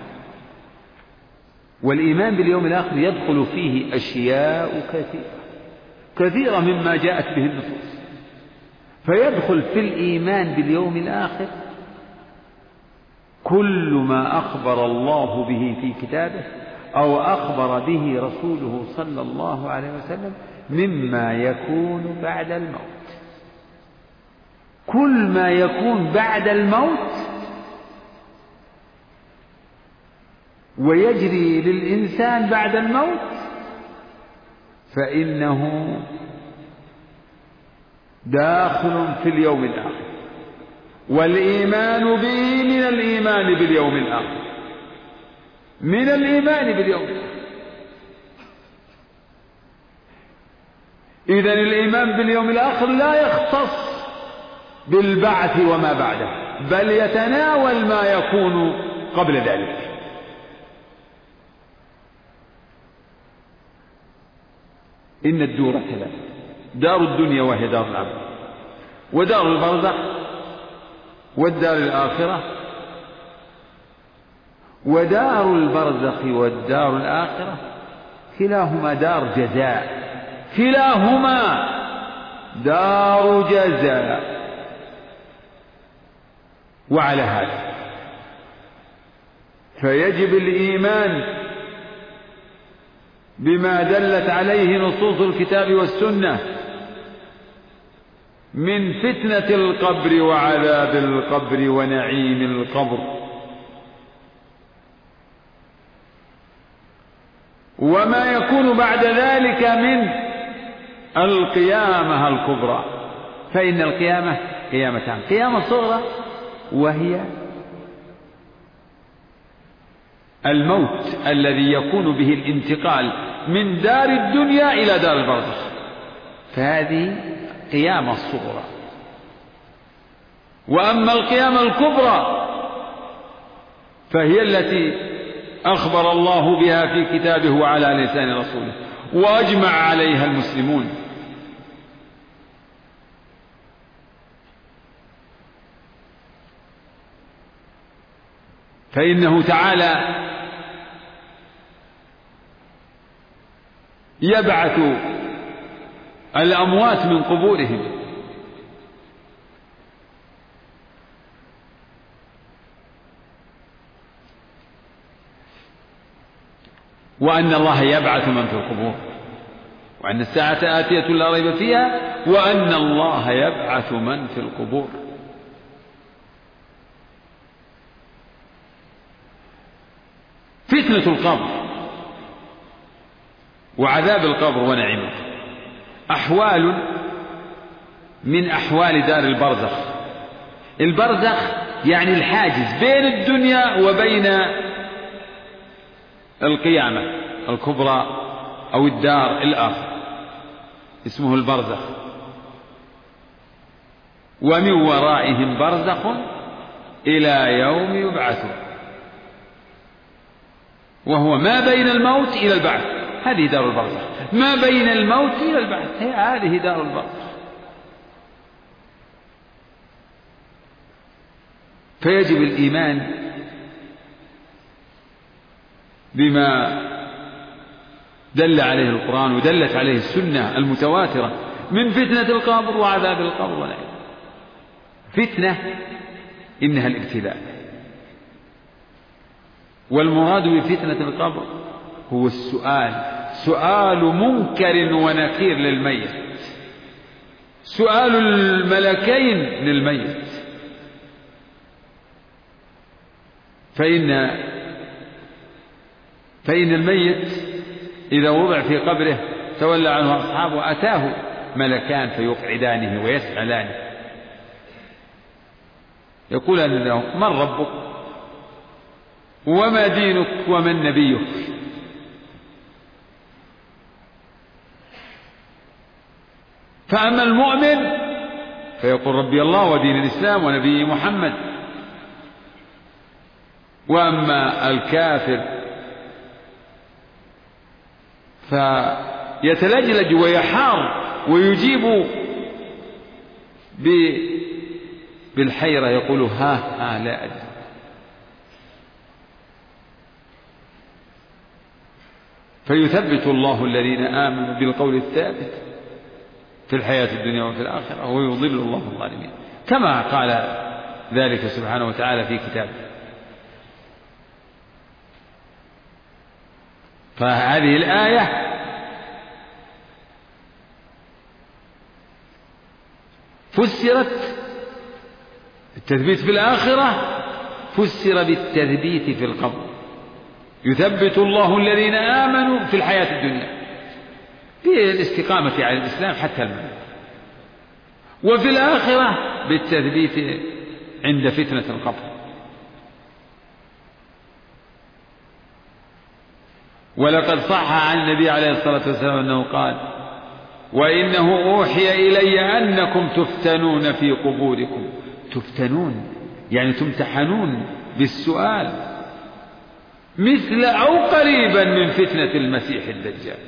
والإيمان باليوم الآخر يدخل فيه أشياء كثيرة مما جاءت به النصوص، فيدخل في الإيمان باليوم الآخر كل ما أخبر الله به في كتابه أو أخبر به رسوله صلى الله عليه وسلم مما يكون بعد الموت. كل ما يكون بعد الموت ويجري للإنسان بعد الموت فإنه داخل في اليوم الآخر، والإيمان به من الإيمان باليوم الآخر، من الإيمان باليوم الآخر. إذن الإيمان باليوم الآخر لا يختص بالبعث وما بعده، بل يتناول ما يكون قبل ذلك. إن الدور ثلاث: دار الدنيا وهي دار الآخرة، ودار البرزخ، والدار الآخرة. ودار البرزخ والدار الآخرة كلاهما دار جزاء، كلاهما دار جزاء. وعلى هذا فيجب الإيمان بما دلت عليه نصوص الكتاب والسنة من فتنة القبر وعذاب القبر ونعيم القبر، وما يكون بعد ذلك من القيامة الكبرى. فإن القيامة قيامتان: قيامة صغرى وهي الموت الذي يكون به الانتقال من دار الدنيا إلى دار البرزخ، فهذه قيامة صغرى. وأما القيامة الكبرى فهي التي أخبر الله بها في كتابه وعلى لسان رسوله وأجمع عليها المسلمون. فإنه تعالى يبعث الأموات من قبورهم، وأن الله يبعث من في القبور، وأن الساعة آتية لا ريب فيها، وأن الله يبعث من في القبور. فتنة القبر وعذاب القبر ونعيمه أحوال من أحوال دار البرزخ. البرزخ يعني الحاجز بين الدنيا وبين القيامة الكبرى أو الدار الآخرة، اسمه البرزخ. ومن ورائهم برزخ إلى يوم يبعثون، وهو ما بين الموت إلى البعث. هذه دار البرزخ، ما بين الموت إلى البعث، هذه دار البرزخ. فيجب الإيمان بما دل عليه القرآن ودلت عليه السنة المتواترة من فتنة القبر وعذاب القبر ونعيمه. فتنة إنها الابتلاء، والمراد بفتنة القبر هو السؤال، سؤال منكر ونكير للميت، سؤال الملكين للميت. فإن الميت إذا وضع في قبره تولى عنه أصحابه أتاه ملكان فيقعدانه ويسألانه، يقولان له: من ربك وما دينك ومن نبيك؟ فأما المؤمن فيقول: ربي الله ودين الإسلام ونبي محمد. وأما الكافر فيتلجلج ويحار ويجيب بالحيرة، يقول: ها لا أدري. فيثبت الله الذين آمنوا بالقول الثابت في الحياة الدنيا وفي الآخرة، ويضل الله الظالمين، كما قال ذلك سبحانه وتعالى في كتابه. فهذه الآية فسرت التثبيت في الآخرة، فسر بالتثبيت في القبر. يثبت الله الذين آمنوا في الحياة الدنيا بالاستقامة على الإسلام حتى الموت، وفي الآخرة بالتثبيت عند فتنة القبر. ولقد صح عن النبي عليه الصلاة والسلام أنه قال: وإنه أوحي إلي أنكم تفتنون في قبوركم. تفتنون يعني تمتحنون بالسؤال مثل أو قريبا من فتنة المسيح الدجال.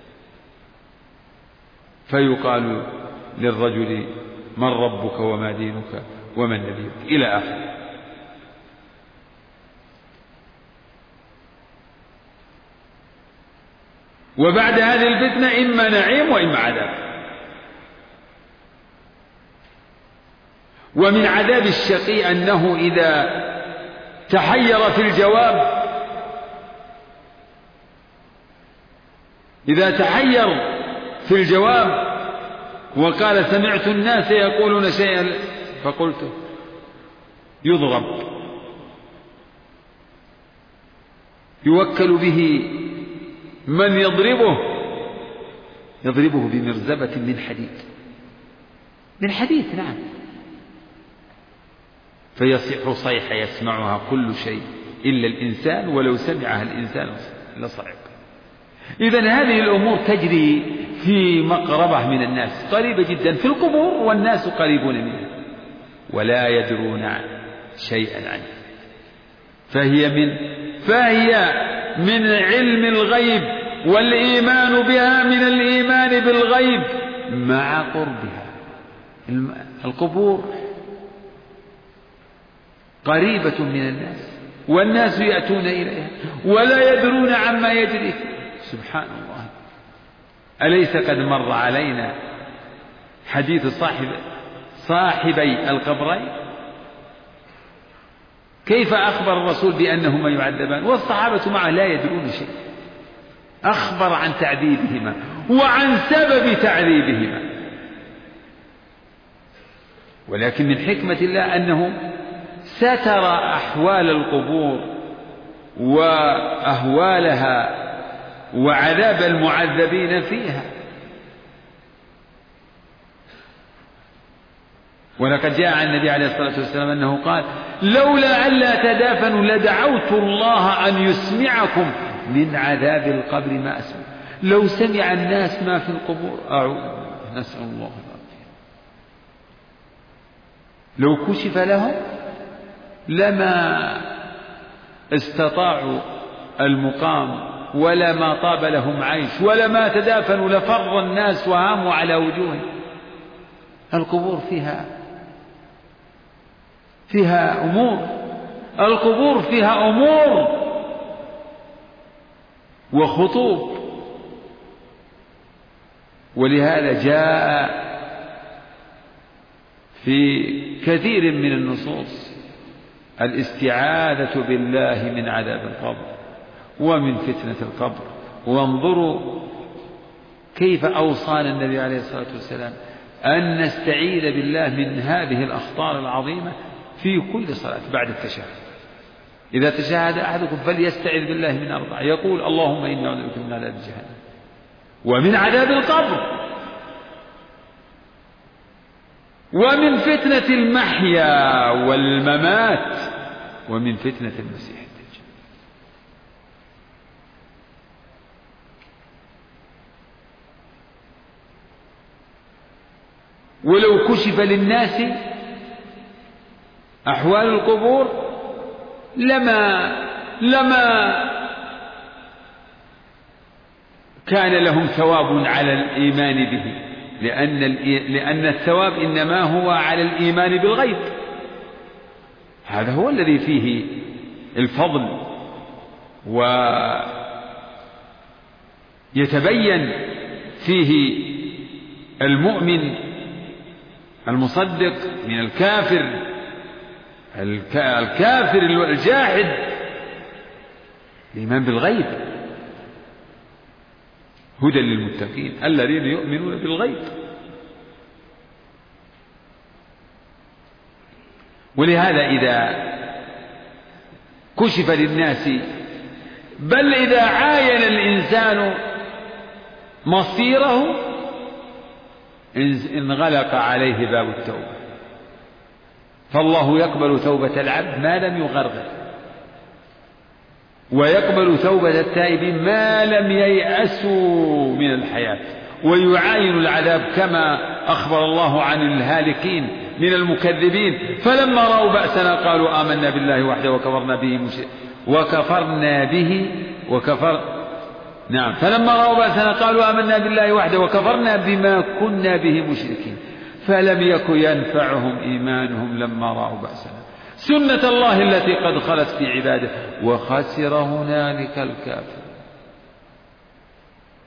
فيقال للرجل: من ربك وما دينك ومن نبيك، إلى آخره. وبعد هذه الفتنة إما نعيم وإما عذاب. ومن عذاب الشقي أنه إذا تحير في الجواب، إذا تحير في الجواب وقال سمعت الناس يقولون شيئا فقلت، يضرب، يوكل به من يضربه بمرزبة من حديد، من حديد، نعم، فيصيح صيحة يسمعها كل شيء إلا الإنسان، ولو سمعها الإنسان لصعق. إذن هذه الأمور تجري في مقربة من الناس، قريبة جدا في القبور، والناس قريبون منها ولا يدرون شيئا عنه. فهي من علم الغيب، والإيمان بها من الإيمان بالغيب مع قربها. القبور قريبة من الناس، والناس يأتون إليها ولا يدرون عما يجري. سبحان الله. أليس قد مر علينا حديث صاحبي القبرين؟ كيف أخبر الرسول بأنهما يعذبان والصحابة معه لا يدرون شيء؟ أخبر عن تعذيبهما وعن سبب تعذيبهما. ولكن من حكمة الله أنه ستر أحوال القبور وأهوالها وعذاب المعذبين فيها. ولقد جاء عن النبي عليه الصلاة والسلام أنه قال لولا ألا تدافنوا لدعوت الله أن يسمعكم من عذاب القبر ما أسمع. لو سمع الناس ما في القبور نسأل الله العافية، لو كشف لهم لما استطاعوا المقام ولا ما طاب لهم عيش ولا ما تدافنوا، لفر الناس وهاموا على وجوههم. القبور فيها أمور، القبور فيها أمور وخطوب. ولهذا جاء في كثير من النصوص الاستعاذة بالله من عذاب القبر ومن فتنة القبر. وانظروا كيف أوصانا النبي عليه الصلاة والسلام أن نستعيذ بالله من هذه الأخطار العظيمة في كل صلاة بعد التشهد. إذا تشهد أحدكم فليستعذ بالله من 4، يقول اللهم إني أعوذ بك من عذاب جهنم ومن عذاب القبر ومن فتنة المحيا والممات ومن فتنة المسيح الدجال. ولو كشف للناس أحوال القبور لما كان لهم ثواب على الإيمان به، لأن الثواب إنما هو على الإيمان بالغيب. هذا هو الذي فيه الفضل، ويتبين فيه المؤمن المصدق من الكافر الجاحد. الإيمان بالغيب هدى للمتقين الذين يؤمنون بالغيب. ولهذا إذا كشف للناس، بل إذا عاين الإنسان مصيره انغلق عليه باب التوبة. فالله يقبل توبة العبد ما لم يغرغر، ويقبل توبة التائبين ما لم ييأسوا من الحياة، ويعاين العذاب كما أخبر الله عن الهالكين من المكذبين. فلما رأوا بأسنا قالوا آمنا بالله وحده فلما رأوا بأسنا قالوا آمنا بالله وحده وكفرنا بما كنا به مشركين. فلم يكن ينفعهم إيمانهم لما رأوا بأسنا سنة الله التي قد خلت في عباده وخسر هنالك الكافر.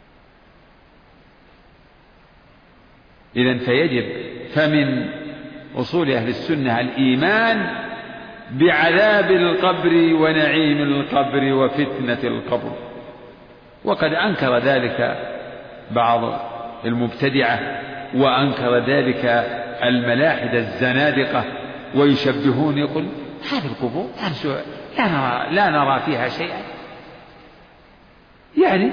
إذن فمن أصول أهل السنة الإيمان بعذاب القبر ونعيم القبر وفتنة القبر. وقد أنكر ذلك بعض المبتدعة، وأنكر ذلك الملاحدة الزنادقة، ويشبهون يقول هذه القبور لا نرى فيها شيئا، يعني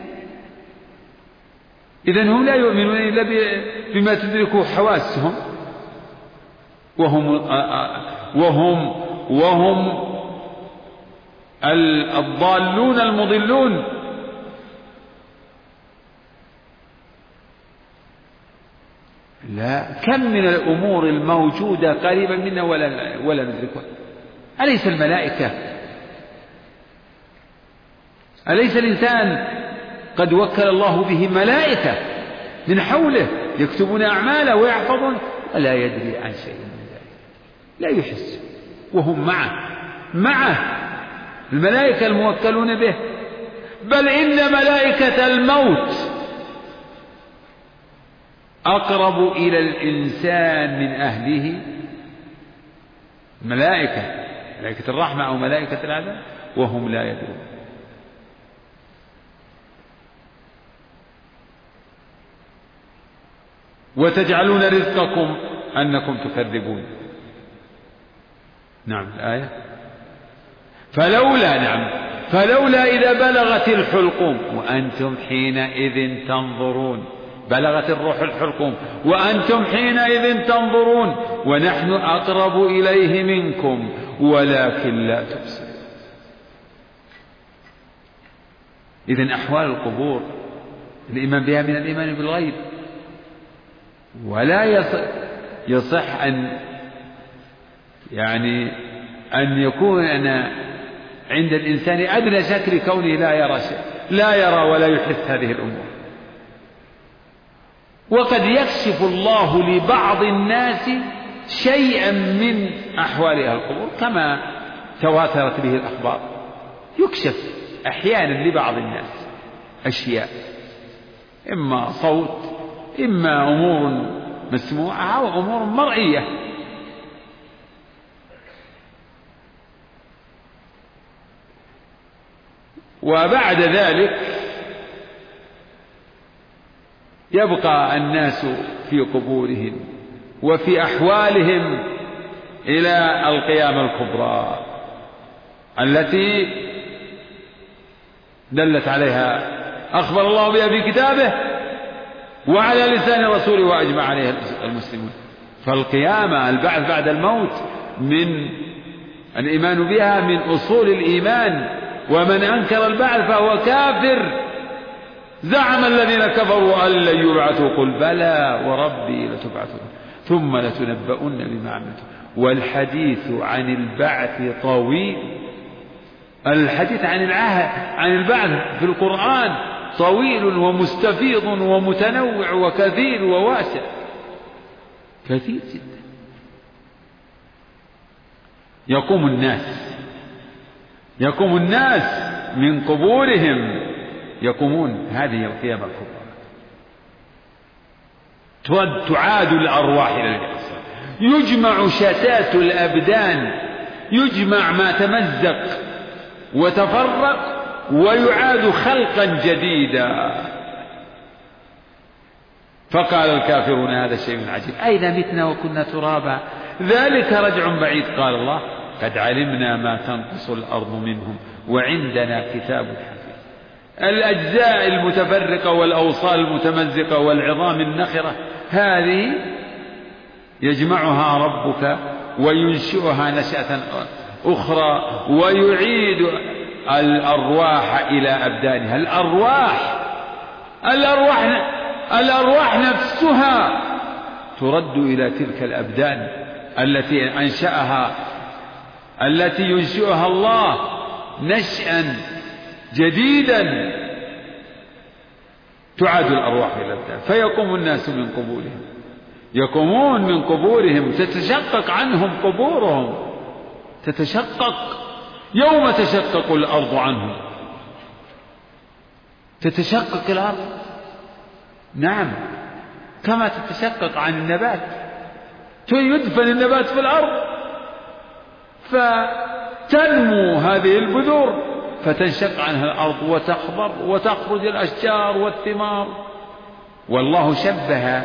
إذن هم لا يؤمنون إلا بما تدركه حواسهم، وهم الضالون المضلون. لا، كم من الأمور الموجودة قريبا منا ولا ندركها. أليس الملائكة، أليس الإنسان قد وكل الله به ملائكة من حوله يكتبون أعماله ويحفظون، ولا يدري عن شيء من ذلك، لا يحس، وهم معه الملائكة الموكلون به. بل إن ملائكة الموت أقرب إلى الإنسان من أهله، ملائكة الرحمة أو ملائكة العذاب، وهم لا يدرون. وتجعلون رزقكم أنكم تكذبون. نعم الآية. فلولا إذا بلغت الحلقوم وأنتم حينئذ تنظرون، بلغت الروح الحلقوم وأنتم حينئذ تنظرون ونحن أقرب إليه منكم ولكن لا تبصرون. إذن أحوال القبور الإيمان بها من الإيمان بالغيب، ولا يصح أن يكون عند الإنسان أدنى شك كونه لا يرى ولا يحس هذه الأمور. وقد يكشف الله لبعض الناس شيئا من أحوال أهل القبور كما تواترت به الأخبار، يكشف أحيانا لبعض الناس أشياء، إما صوت، إما أمور مسموعة أو أمور مرئية. وبعد ذلك يبقى الناس في قبورهم وفي أحوالهم إلى القيامة الكبرى التي دلت عليها أخبر الله بها في كتابه وعلى لسان رسوله وأجمع عليها المسلمون. فالقيامة، البعث بعد الموت، من الإيمان بها من أصول الإيمان، ومن أنكر البعث فهو كافر. زعم الذين كفروا أن لن يبعثوا، قل بلى وربي لتبعثون ثم لتنبؤن بما عملتم. والحديث عن البعث طويل، الحديث عن البعث في القرآن طويل ومستفيض ومتنوع وكثير وواسع، كثير جدا. يقوم الناس من قبورهم، يقومون، هذه القيامة الكبرى. تعاد الأرواح إلى الجسد، يجمع شتات الأبدان، يجمع ما تمزق وتفرق ويعاد خلقا جديدا. فقال الكافرون هذا شيء عجيب، أين متنا وكنا ترابا ذلك رجع بعيد. قال الله قد علمنا ما تنقص الأرض منهم وعندنا كتاب حفيظ. الأجزاء المتفرقة والأوصال المتمزقة والعظام النخرة هذه يجمعها ربك وينشئها نشأة أخرى ويعيد الأرواح إلى أبدانها. الأرواح نفسها ترد إلى تلك الأبدان التي ينشئها الله نشأ جديدا، تعاد الأرواح إلى الأبدان. فيقوم الناس من قبورهم، يقومون من قبورهم، تتشقق عنهم قبورهم، تتشقق يوم تشقق الأرض عنهم، تتشقق الأرض، نعم، كما تتشقق عن النبات. يدفن النبات في الأرض فتنمو هذه البذور فتنشق عنها الأرض وتخضر وتخرج الأشجار والثمار. والله شبه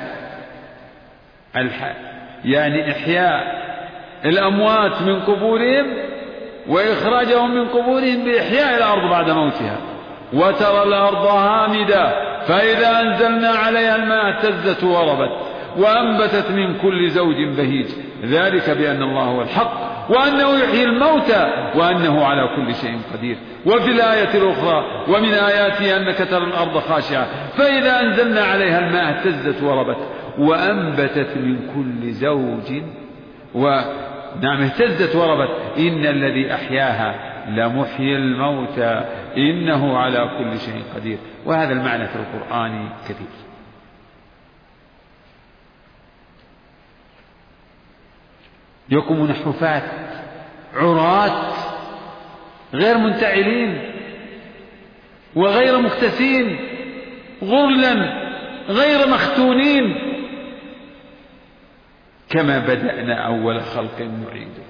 يعني إحياء الأموات من قبورهم وإخراجهم من قبورهم بإحياء الأرض بعد موتها. وترى الأرض هامدة فإذا أنزلنا عليها الماء اهتزت وربت وأنبتت من كل زوج بهيج ذلك بأن الله هو الحق وأنه يحيي الموتى وأنه على كل شيء قدير. وفي الآية الأخرى ومن آياته أنك ترى الأرض خاشعة فإذا أنزلنا عليها الماء اهتزت وربت وأنبتت من كل زوج نعم اهتزت وربت إن الذي أحياها لمحيي الموتى إنه على كل شيء قدير. وهذا المعنى في القرآن كثير. يقومون حفاة عراة غير منتعلين وغير مكتسين غرلا غير مختونين كما بدأنا أول خلق نعيده.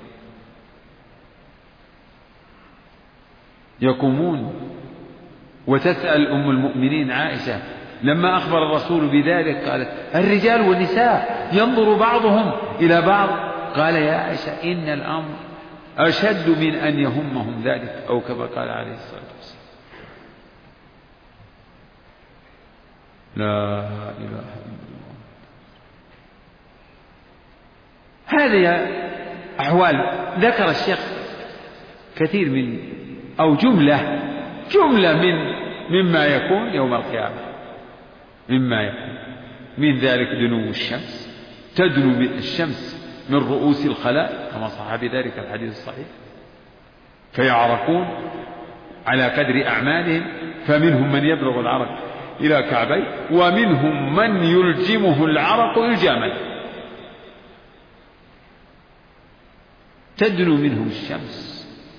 يقومون. وتسأل أم المؤمنين عائشة لما أخبر الرسول بذلك قالت الرجال والنساء ينظر بعضهم إلى بعض قال يا عائشة إن الأمر أشد من أن يهمهم ذلك أو كما قال عليه الصلاة والسلام. لا إله إلا الله. هذه أحوال ذكر الشيخ كثير من أو جملة مما يكون يوم القيامة. مما يكون من ذلك دنو الشمس تدنو الشمس من رؤوس الخلائق كما صح بذلك الحديث الصحيح فيعرقون على قدر أعمالهم فمنهم من يبلغ العرق إلى كعبيه ومنهم من يلجمه العرق إلجاما. تدنو منهم الشمس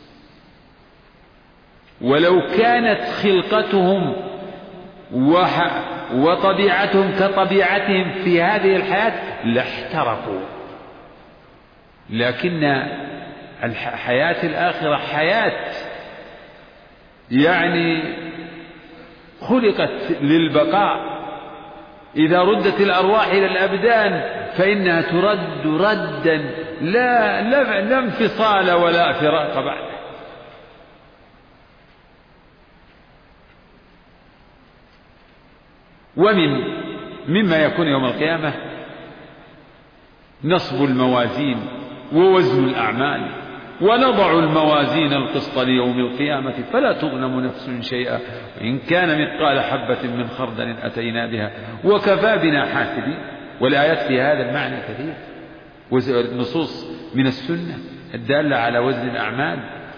ولو كانت خلقتهم وطبيعتهم كطبيعتهم في هذه الحياة لاحترقوا. لكن الحياة الآخرة حياة يعني خلقت للبقاء. إذا ردت الأرواح إلى الأبدان فإنها ترد ردا لا انفصال ولا فراق بعد. مما يكون يوم القيامة نصب الموازين ووزن الأعمال ونضع الموازين القسط ليوم القيامة فلا تظلم نفس شيئا وإن كان مثقال حبة من خردل أتينا بها وكفى بنا حاسبين. والآيات في هذا المعنى كثير والنصوص من السنة الدالة على وزن الأعمال.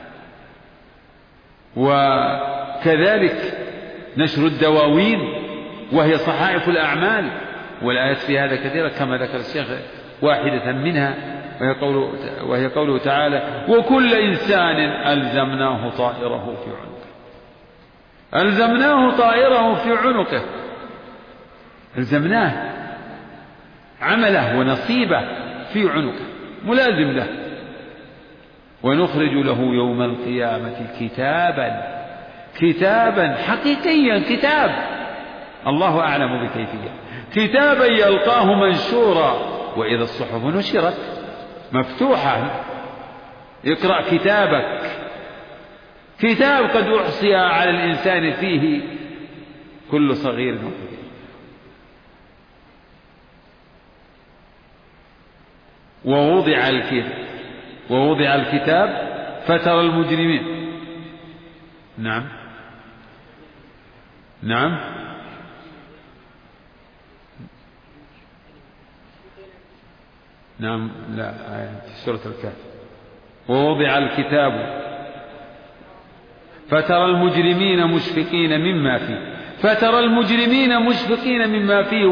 وكذلك نشر الدواوين وهي صحائف الأعمال والآيات في هذا كثيرة كما ذكر الشيخ واحدة منها وهي قوله تعالى وكل إنسان ألزمناه طائره في عنقه. ألزمناه طائره في عنقه ألزمناه عمله ونصيبه في عنقه ملازم له. ونخرج له يوم القيامة كتابا حقيقيا كتاب الله أعلم بكيفية كتابا يلقاه منشورا وإذا الصحف نشرت مفتوحة اقرأ كتابك كتاب قد أحصي على الإنسان فيه كل صغير وكبير. ووضع الكتاب فترى المجرمين نعم لا في سورة الكهف ووضع الكتاب فترى المجرمين مشفقين مما فيه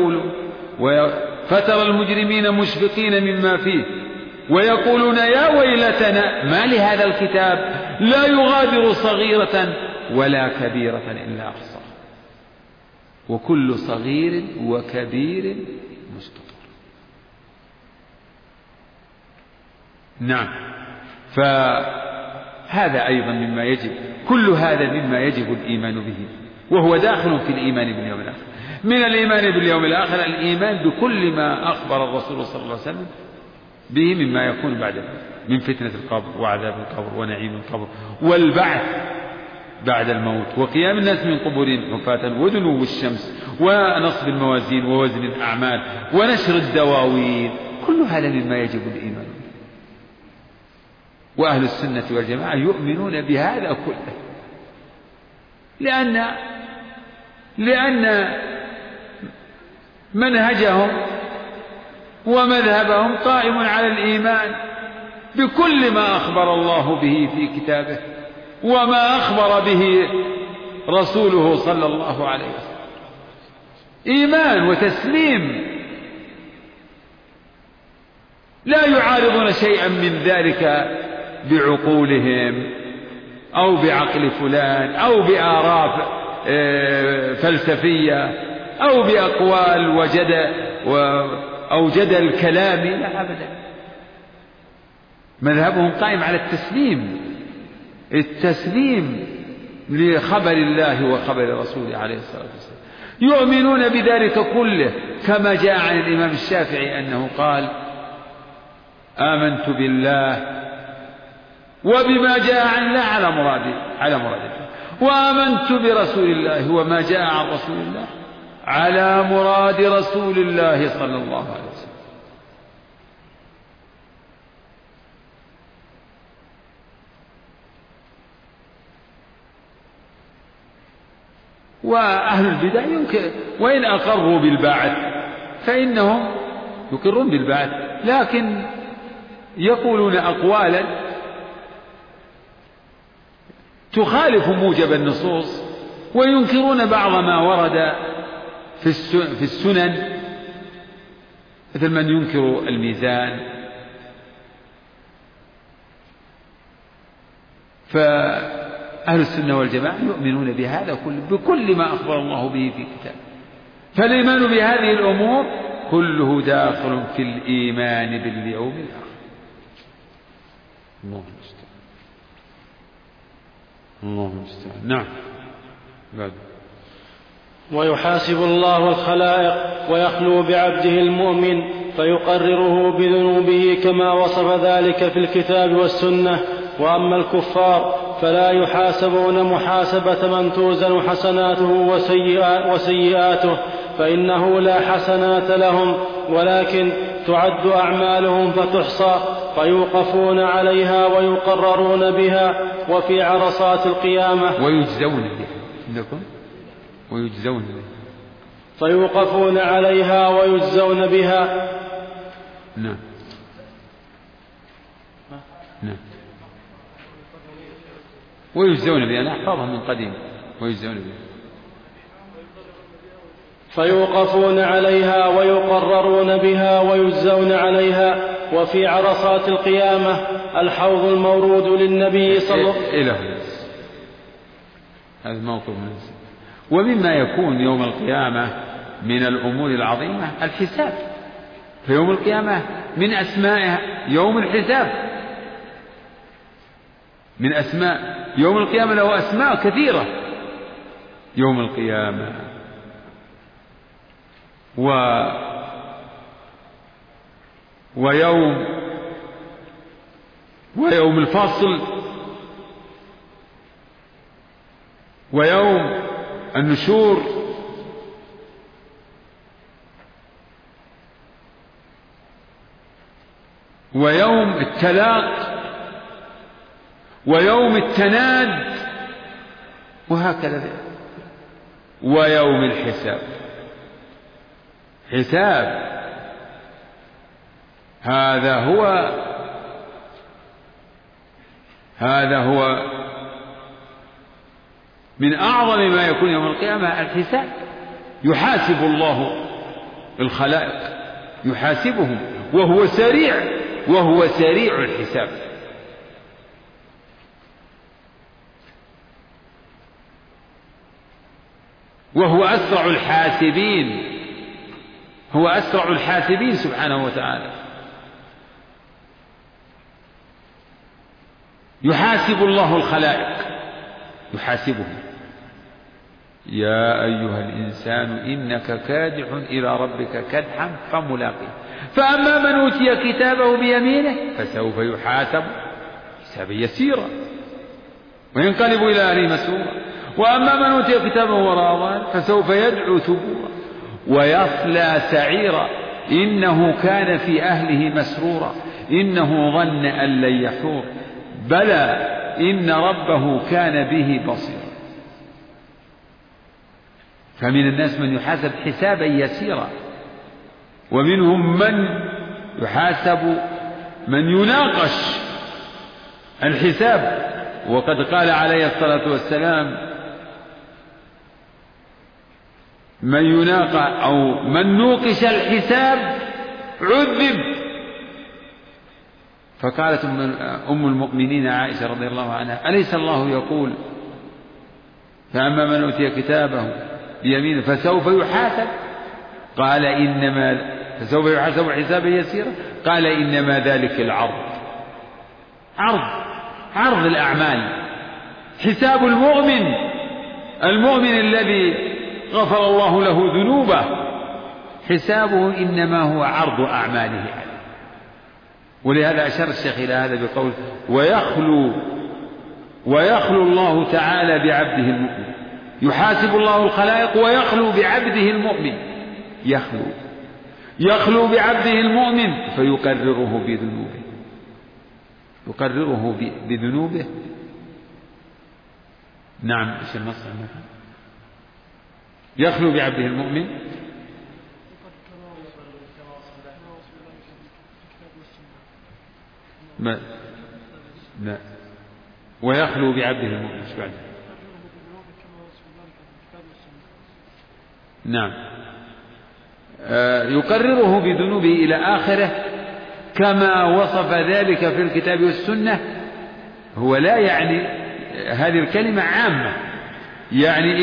ويقولون يا ويلتنا ما لهذا الكتاب لا يغادر صغيرة ولا كبيرة إلا أحصاها وكل صغير وكبير مستطر. نعم. فهذا أيضا مما يجب، كل هذا مما يجب الإيمان به، وهو داخل في الإيمان باليوم الآخر. من الإيمان باليوم الآخر الإيمان بكل ما أخبر الرسول صلى الله عليه وسلم به مما يكون بعد من فتنة القبر وعذاب القبر ونعيم القبر والبعث بعد الموت وقيام الناس من قبورهم حفاة ودنو الشمس ونصب الموازين ووزن الأعمال ونشر الدواوين، كل هذا مما يجب الإيمان به. وأهل السنة والجماعة يؤمنون بهذا كله، لأن منهجهم ومذهبهم قائم على الإيمان بكل ما أخبر الله به في كتابه وما أخبر به رسوله صلى الله عليه وسلم، إيمان وتسليم، لا يعارضون شيئا من ذلك بعقولهم أو بعقل فلان أو بآراء فلسفية أو بأقوال أو جدل كلامي، لا أبدا. مذهبهم قائم على التسليم لخبر الله وخبر رسوله عليه الصلاة والسلام، يؤمنون بذلك كله، كما جاء عن الإمام الشافعي أنه قال: آمنت بالله وبما جاء عن الله على مراده، وآمنت برسول الله وما جاء عن رسول الله على مراد رسول الله صلى الله عليه وسلم. وأهل البدع وإن أقروا بالبعث فإنهم يقرون بالبعث، لكن يقولون أقوالا تخالف موجب النصوص، وينكرون بعض ما ورد في السنن، مثل من ينكر الميزان. فأهل السنة والجماعة يؤمنون بهذا بكل ما أخبر الله به في كتابه. فالإيمان بهذه الأمور كله داخل في الإيمان باليوم الآخر. الله المستعان. نعم. بعد. ويحاسب الله الخلائق ويخلو بعبده المؤمن فيقرره بذنوبه كما وصف ذلك في الكتاب والسنة. وأما الكفار فلا يحاسبون محاسبة من توزن حسناته وسيئاته، فإنه لا حسنات لهم، ولكن تعد أعمالهم فتحصى فيوقفون عليها ويقررون بها وفي عرصات القيامة ويجزون بها فيوقفون عليها ويجزون بها. نعم. ويجزون بها، نحفظها من قديم. ويجزون بها فيوقفون عليها ويقررون بها ويجزون عليها وفي عرصات القيامة الحوض المورود للنبي صلى الله عليه وسلم. هذا الموقف مناسب. ومما يكون يوم القيامة من الأمور العظيمة الحساب، فيوم القيامة من أسمائها يوم الحساب، من أسماء يوم القيامة، له أسماء كثيرة يوم القيامة. ويوم الفصل، ويوم النشور، ويوم التلاق، ويوم التناد، وهكذا، ويوم الحساب. حساب هذا هو من أعظم ما يكون يوم القيامة الحساب. يحاسب الله الخلائق، يحاسبهم وهو سريع الحساب. وهو أسرع الحاسبين، هو أسرع الحاسبين سبحانه وتعالى. يحاسب الله الخلائق، يحاسبهم: يا أيها الإنسان إنك كادح إلى ربك كدحا فملاقيه، فأما من أوتي كتابه بيمينه فسوف يحاسب حسابا يسيرا وينقلب إلى أهله مسرورا، وأما من أوتي كتابه وراء ظهره فسوف يدعو ثبورا ويصلى سعيرا إنه كان في أهله مسرورا إنه ظن أن لن يحور بلى إن ربه كان به بصيرا. فمن الناس من يحاسب حسابا يسيرا، ومنهم من يحاسب من يناقش الحساب. وقد قال عليه الصلاة والسلام: من يناقش أو من نوقش الحساب عذب. فقالت أم المؤمنين عائشة رضي الله عنها: أليس الله يقول: فأما من أوتي كتابه بيمينه فسوف يحاسب؟ قال: إنما فسوف يحاسب حسابا يسيرا. قال: إنما ذلك العرض، عرض الأعمال. حساب المؤمن الذي غفر الله له ذنوبه حسابه إنما هو عرض أعماله. ولهذا أشار الشيخ إلى هذا بقول: ويخلو الله تعالى بعبده المؤمن. يحاسب الله الخلائق ويخلو بعبده المؤمن، يخلو بعبده المؤمن فيقرره بذنوبه. نعم، ايش النص؟ يخلو بعبده المؤمن لا، ويخلو بعبده المؤمن. نعم، يقرره بذنوبه إلى آخره كما وصف ذلك في الكتاب والسنة. هو لا يعني هذه الكلمة عامة، يعني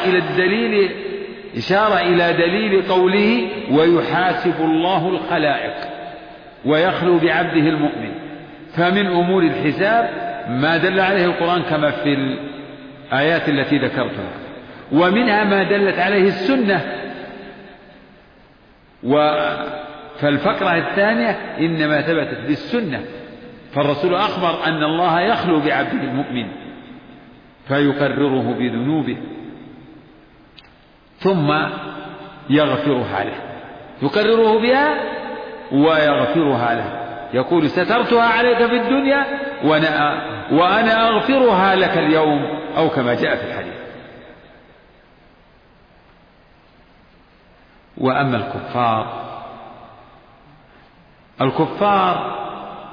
إشارة إلى دليل قوله: ويحاسب الله الخلائق ويخلو بعبده المؤمن. فمن أمور الحساب ما دل عليه القرآن كما في الآيات التي ذكرتها، ومنها ما دلت عليه السنة. فالفقرة الثانية إنما ثبتت بالسنة، فالرسول أخبر أن الله يخلو بعبده المؤمن فيقرره بذنوبه ثم يغفرها له، يقرره بها ويغفرها له. يقول: سترتها عليك في الدنيا وأنا أغفرها لك اليوم، أو كما جاء في الحديث. وأما الكفار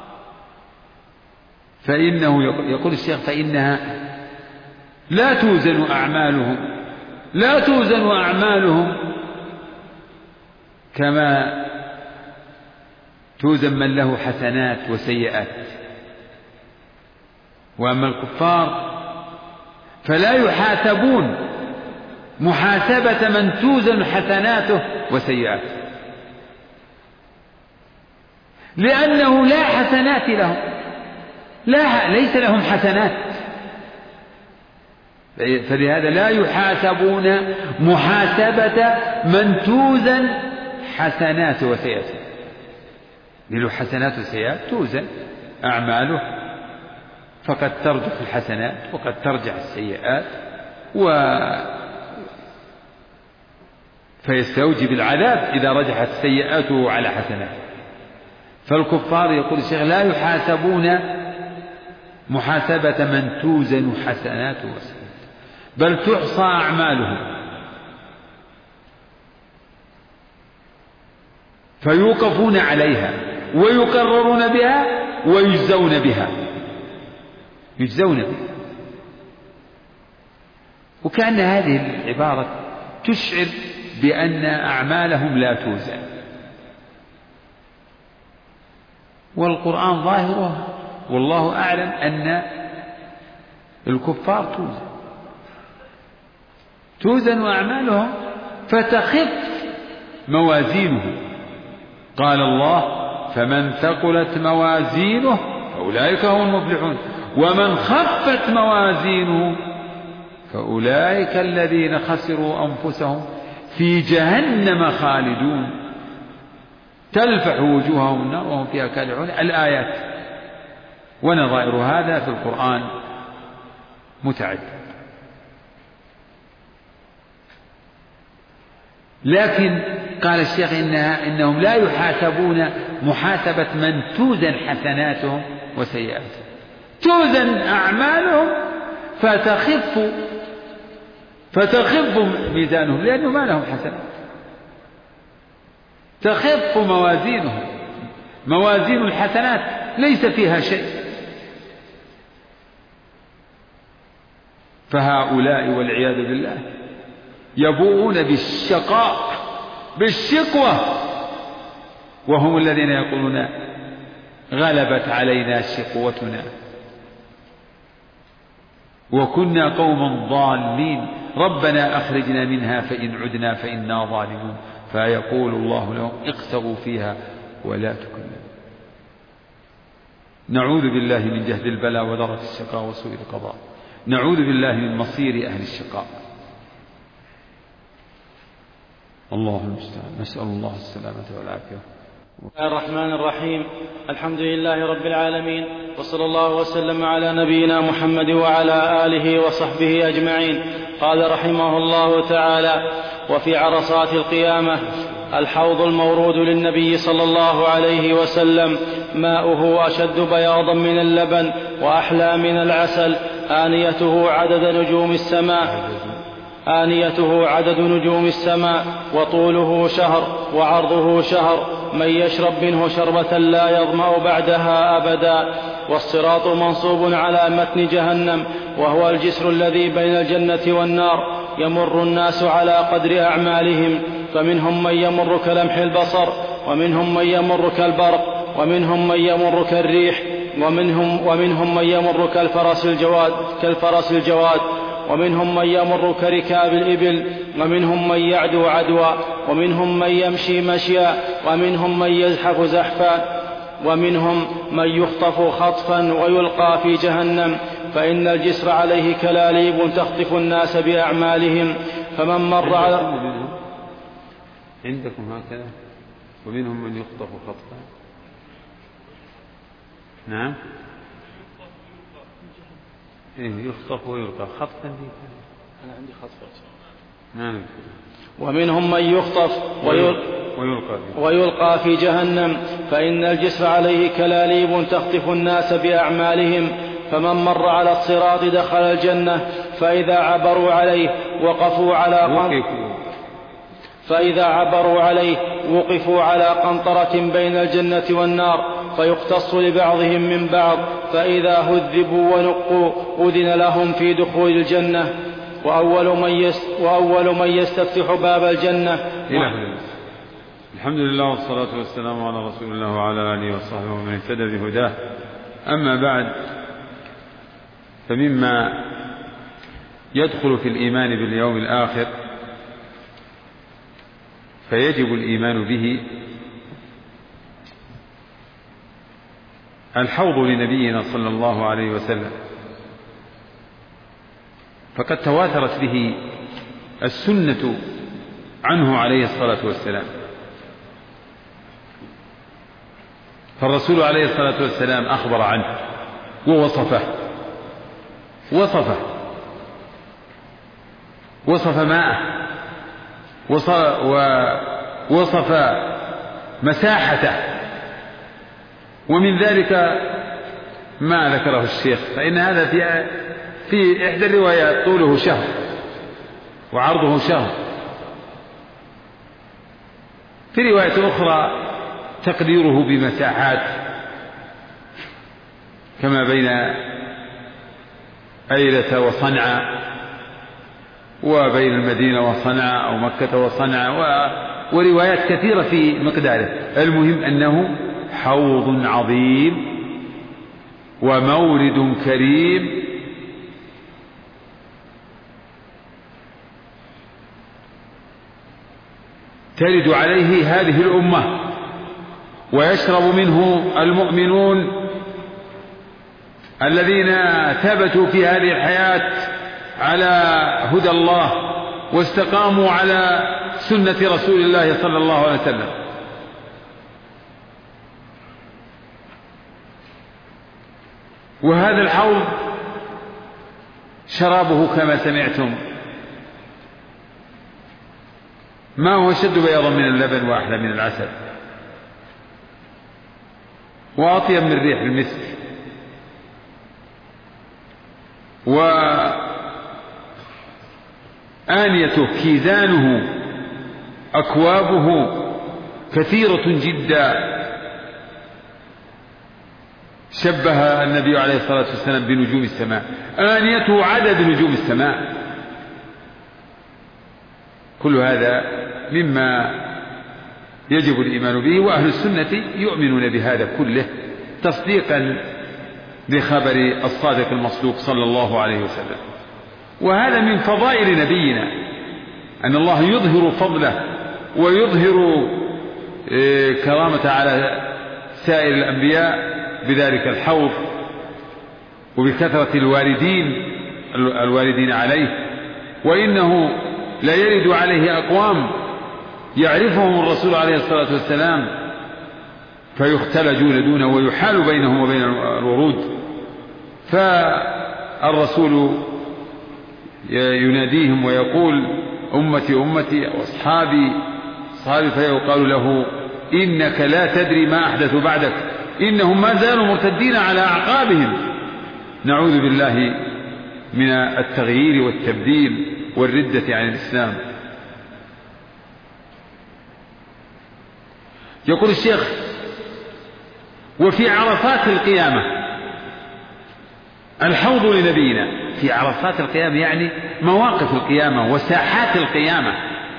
فإنه يقول الشيخ: فإنها لا توزن أعمالهم كما توزن من له حسنات وسيئات. وأما الكفار فلا يحاسبون محاسبة من توزن حسناته وسيئاته، لأنه لا حسنات لهم، ليس لهم حسنات، فلهذا لا يحاسبون محاسبة من توزن حسناته وسيئاته. له حسنات وسيئات توزن أعماله، فقد ترجح الحسنات وقد ترجع السيئات، فيستوجب العذاب إذا رجحت سيئاته على حسناته. فالكفار يقول الشيخ لا يحاسبون محاسبة من توزن حسناته وسيئاته، بل تحصى أعمالهم فيوقفون عليها ويقررون بها ويجزون بها. وكأن هذه العبارة تشعر بأن أعمالهم لا توزن، والقرآن ظاهره والله أعلم أن الكفار توزن أعمالهم فتخف موازينهم. قال الله: فمن ثقلت موازينه فأولئك هم المفلحون. ومن خفت موازينه فأولئك الذين خسروا أنفسهم في جهنم خالدون تلفح وجوههم النار وهم فيها كالحون. الآيات ونظائر هذا في القرآن متعدد. لكن قال الشيخ إنهم لا يحاسبون محاسبة من توزن حسناتهم وسيئاتهم، توزن أعمالهم فتخف ميزانهم لأنه ما لهم حسنات، تخف موازينهم، موازين الحسنات ليس فيها شيء. فهؤلاء والعياذ بالله يبوءون بالشقوة وهم الذين يقولون غلبت علينا شقوتنا وكنا قوما ضالين ربنا أخرجنا منها فإن عدنا فإنا ظالمون. فيقول الله لهم اقسوا فيها ولا تكلمون. نعوذ بالله من جهد البلاء ودرك الشقاء وسوء القضاء، نعوذ بالله من مصير أهل الشقاء. الله المستعان، نسأل الله السلامة والعافية. بسم الله الرحمن الرحيم، الحمد لله رب العالمين، وصلى الله وسلم على نبينا محمد وعلى آله وصحبه أجمعين. قال رحمه الله تعالى: وفي عرصات القيامة الحوض المورود للنبي صلى الله عليه وسلم ماؤه أشد بياضا من اللبن وأحلى من العسل، آنيته عدد نجوم السماء وطوله شهر وعرضه شهر، من يشرب منه شربة لا يظمأ بعدها أبدا. والصراط منصوب على متن جهنم، وهو الجسر الذي بين الجنة والنار، يمر الناس على قدر أعمالهم، فمنهم من يمر كلمح البصر، ومنهم من يمر كالبرق، ومنهم من يمر كالريح، ومنهم من يمر كالفرس الجواد، ومنهم من يمر كركاب الإبل، ومنهم من يعدو عدوا، ومنهم من يمشي مشيا، ومنهم من يزحف زحفا، ومنهم من يخطف خطفا ويلقى في جهنم، فإن الجسر عليه كلاليب تخطف الناس بأعمالهم، فمن مر على عندكم هكذا ومنهم من يخطف خطفا. نعم، يخطف ويلقى خطفا. أنا عندي خطفة. نعم. ومنهم من يخطف ويلقى في جهنم، فإن الجسر عليه كلاليب تخطف الناس بأعمالهم، فمن مر على الصراط دخل الجنة، فإذا عبروا عليه وقفوا على قنطرة بين الجنة والنار، فيقتص لبعضهم من بعض، فإذا هذبوا ونقوا أذن لهم في دخول الجنة. وأول من يستفتح باب الجنة. الحمد لله والصلاة والسلام على رسول الله وعلى آله وصحبه ومن اهتدى بهداه. أما بعد، فمما يدخل في الإيمان باليوم الآخر فيجب الإيمان به الحوض لنبينا صلى الله عليه وسلم، فقد تواترت به السنة عنه عليه الصلاة والسلام. فالرسول عليه الصلاة والسلام أخبر عنه ووصفه ماءه، ووصف مساحته، ومن ذلك ما ذكره الشيخ، فإن هذا في إحدى الروايات طوله شهر وعرضه شهر، في رواية أخرى تقديره بمساحات كما بين أيلة وصنعاء وبين المدينة وصنعاء أو مكة وصنعاء، وروايات كثيرة في مقداره. المهم أنه حوض عظيم ومورد كريم ترد عليه هذه الأمة ويشرب منه المؤمنون الذين ثبتوا في هذه الحياة على هدى الله واستقاموا على سنة رسول الله صلى الله عليه وسلم. وهذا الحوض شرابه كما سمعتم ما هو أشد بياضا من اللبن وأحلى من العسل وأطيب من ريح المسك، وآنيته كيزانه أكوابه كثيرة جدا. شبه النبي عليه الصلاة والسلام بنجوم السماء، آنيته عدد نجوم السماء. كل هذا مما يجب الإيمان به، وأهل السنة يؤمنون بهذا كله تصديقا لخبر الصادق المصدوق صلى الله عليه وسلم. وهذا من فضائل نبينا أن الله يظهر فضله ويظهر كرامته على سائر الأنبياء بذلك الحوض وبكثرة الواردين عليه. وإنه لا يرد عليه أقوام يعرفهم الرسول عليه الصلاة والسلام فيختلجون دونه ويحال بينهم وبين الورود، فالرسول يناديهم ويقول أمتي أمتي وأصحابي أصحابي، فيقال له إنك لا تدري ما أحدث بعدك، إنهم ما زالوا مرتدين على أعقابهم. نعوذ بالله من التغيير والتبديل والردة عن الإسلام. يقول الشيخ: وفي عرصات القيامة الحوض لنبينا. في عرصات القيامة يعني مواقف القيامة وساحات القيامة.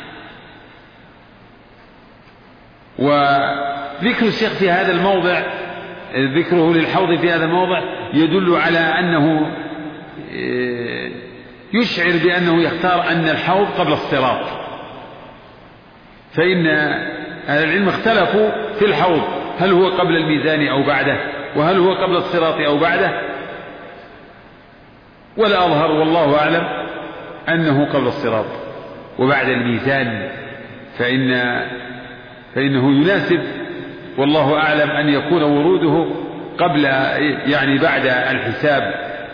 وذكر الشيخ في هذا الموضع، ذكره للحوض في هذا الموضع يدل على أنه يشعر بأنه يختار أن الحوض قبل الصراط، فإن أهل العلم اختلفوا في الحوض هل هو قبل الميزان أو بعده، وهل هو قبل الصراط أو بعده، والأظهر والله أعلم أنه قبل الصراط وبعد الميزان، فإنه يناسب والله أعلم أن يكون وروده قبل يعني بعد الحساب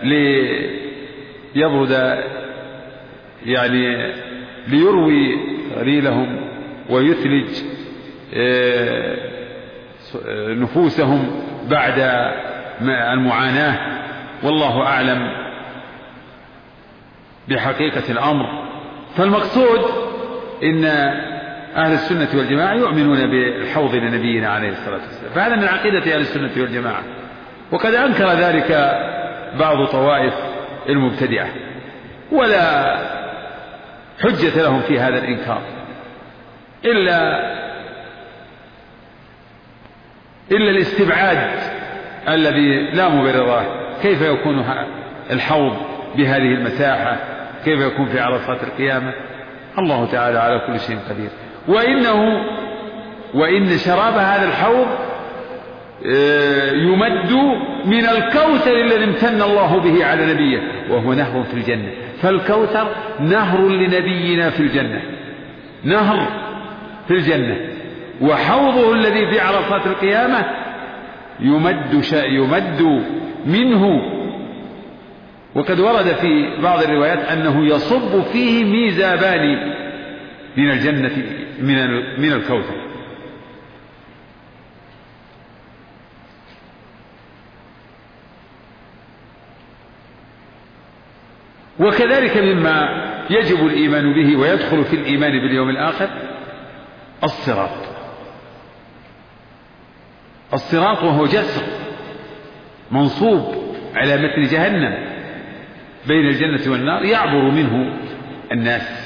ليبرد يعني ليروي غليلهم ويثلج نفوسهم بعد المعاناة. والله أعلم بحقيقة الأمر. فالمقصود إن أهل السنة والجماعة يؤمنون بالحوض لنبينا عليه الصلاة والسلام، فهذا من عقيدة أهل السنة والجماعة. وقد أنكر ذلك بعض طوائف المبتدعة ولا حجة لهم في هذا الإنكار إلا الاستبعاد الذي لا مبرر. كيف يكون الحوض بهذه المساحة؟ كيف يكون في عرصات القيامة؟ الله تعالى على كل شيء قدير. وإن شراب هذا الحوض يمد من الكوثر الذي امتن الله به على نبيه، وهو نهر في الجنة. فالكوثر نهر لنبينا في الجنة، نهر في الجنة، وحوضه الذي في عرصات القيامة يمد منه. وقد ورد في بعض الروايات أنه يصب فيه ميزابان من الجنة من الكوثر. وكذلك مما يجب الإيمان به ويدخل في الإيمان باليوم الآخر الصراط، وهو جسر منصوب على متن جهنم بين الجنة والنار يعبر منه الناس.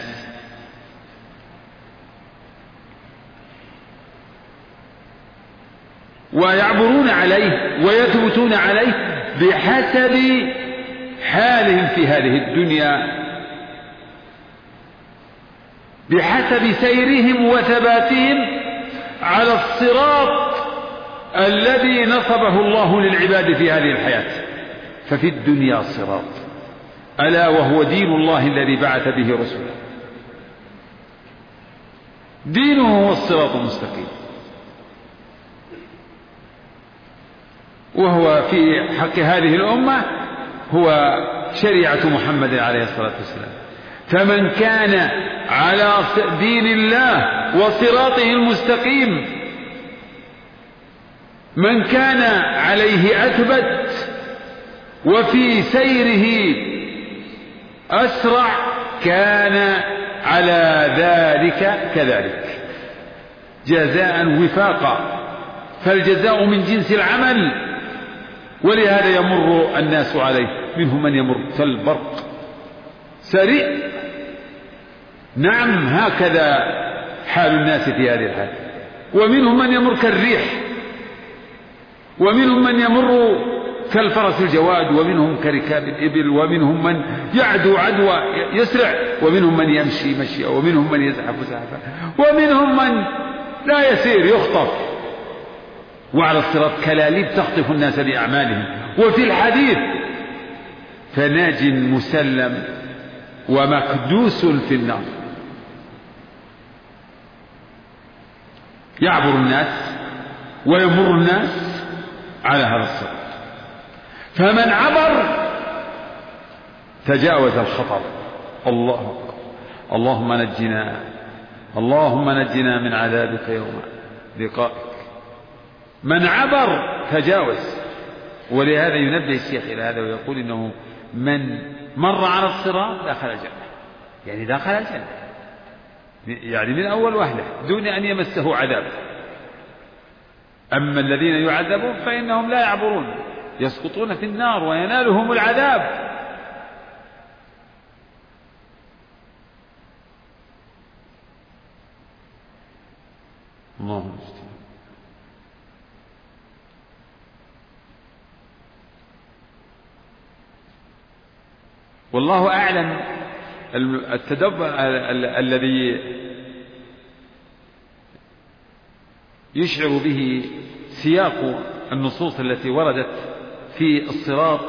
ويعبرون عليه ويثبتون عليه بحسب حالهم في هذه الدنيا، بحسب سيرهم وثباتهم على الصراط الذي نصبه الله للعباد في هذه الحياة. ففي الدنيا صراط، ألا وهو دين الله الذي بعث به رسله، دينه هو الصراط المستقيم، وهو في حق هذه الأمة هو شريعة محمد عليه الصلاة والسلام. فمن كان على دين الله وصراطه المستقيم، من كان عليه أثبت وفي سيره أسرع، كان على ذلك كذلك جزاء وفاقا، فالجزاء من جنس العمل. ولهذا يمر الناس عليه، منهم من يمر كالبرق سريع. نعم، هكذا حال الناس في هذه الحال. ومنهم من يمر كالريح، ومنهم من يمر كالفرس الجواد، ومنهم كركاب الإبل، ومنهم من يعدو عدوى يسرع، ومنهم من يمشي مشيا، ومنهم من يزحف زحفا، ومنهم من لا يسير يخطف. وعلى الصراط كلاليب تخطف الناس بأعمالهم. وفي الحديث فناج مسلم ومكدوس في النار. يعبر الناس ويمر الناس على هذا الصراط، فمن عبر تجاوز الخطر. الله أكبر. اللهم نجنا من عذابك يوم لقائك. من عبر تجاوز. ولهذا ينبه الشيخ إلى هذا ويقول إنه من مر على الصراط دخل الجنة، يعني دخل الجنة، يعني من أول وهلة دون أن يمسه عذاب. أما الذين يعذبون فإنهم لا يعبرون، يسقطون في النار وينالهم العذاب. الله المستعان. والله أعلم. التدبر الذي يشعر به سياق النصوص التي وردت في الصراط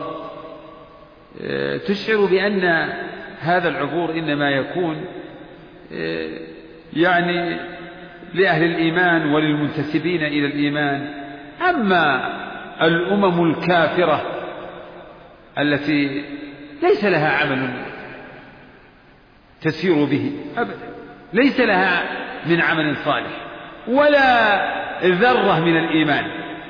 تشعر بأن هذا العبور إنما يكون يعني لأهل الإيمان وللمنتسبين إلى الإيمان. أما الأمم الكافرة التي ليس لها عمل تسير به أبدا، ليس لها من عمل صالح ولا ذرة من الإيمان،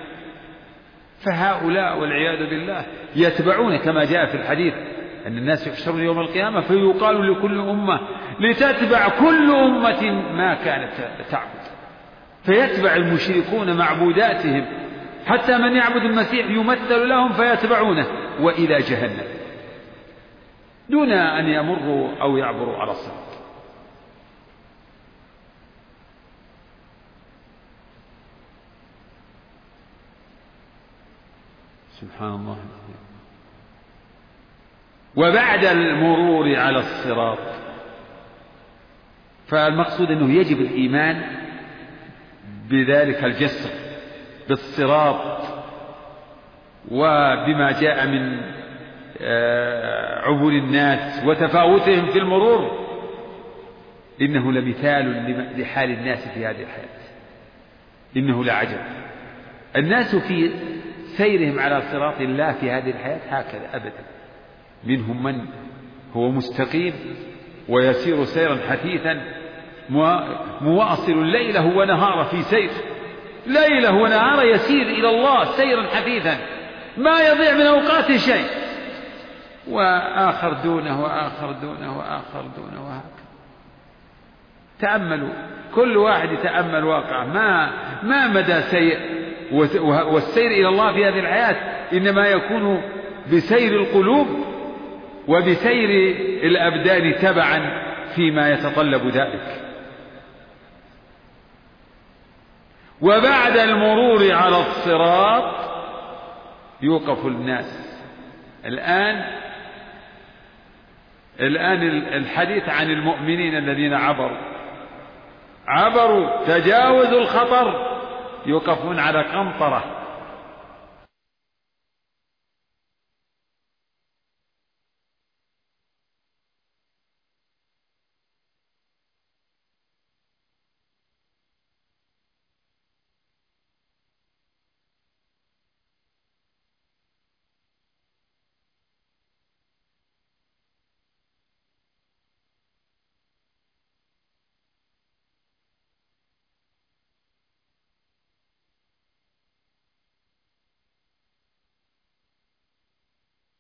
فهؤلاء والعياذ بالله يتبعون كما جاء في الحديث أن الناس يحشرون يوم القيامة فيقال لكل أمة لتتبع كل أمة ما كانت تعبد، فيتبع المشركون معبوداتهم حتى من يعبد المسيح يمثل لهم فيتبعونه وإلى جهنم دون أن يمروا أو يعبروا على الصراط. سبحان الله. وبعد المرور على الصراط فالمقصود أنه يجب الإيمان بذلك الجسر بالصراط وبما جاء من عبور الناس وتفاوتهم في المرور، إنه لمثال لحال الناس في هذه الحياة. إنه لعجب. الناس في سيرهم على صراط الله في هذه الحياة هكذا أبدا. منهم من هو مستقيم ويسير سيرا حثيثا مواصل ليله ونهاره في سير، ليله ونهاره يسير إلى الله سيرا حثيثا ما يضيع من أوقاته شيء، وآخر دونه وآخر دونه وآخر دونه وهكذا. تأملوا، كل واحد يتأمل واقعه ما مدى سير. والسير إلى الله في هذه الحياة إنما يكون بسير القلوب وبسير الأبدان تبعا فيما يتطلب ذلك. وبعد المرور على الصراط يوقف الناس. الآن الحديث عن المؤمنين الذين عبروا تجاوزوا الخطر، يوقفون على قنطرة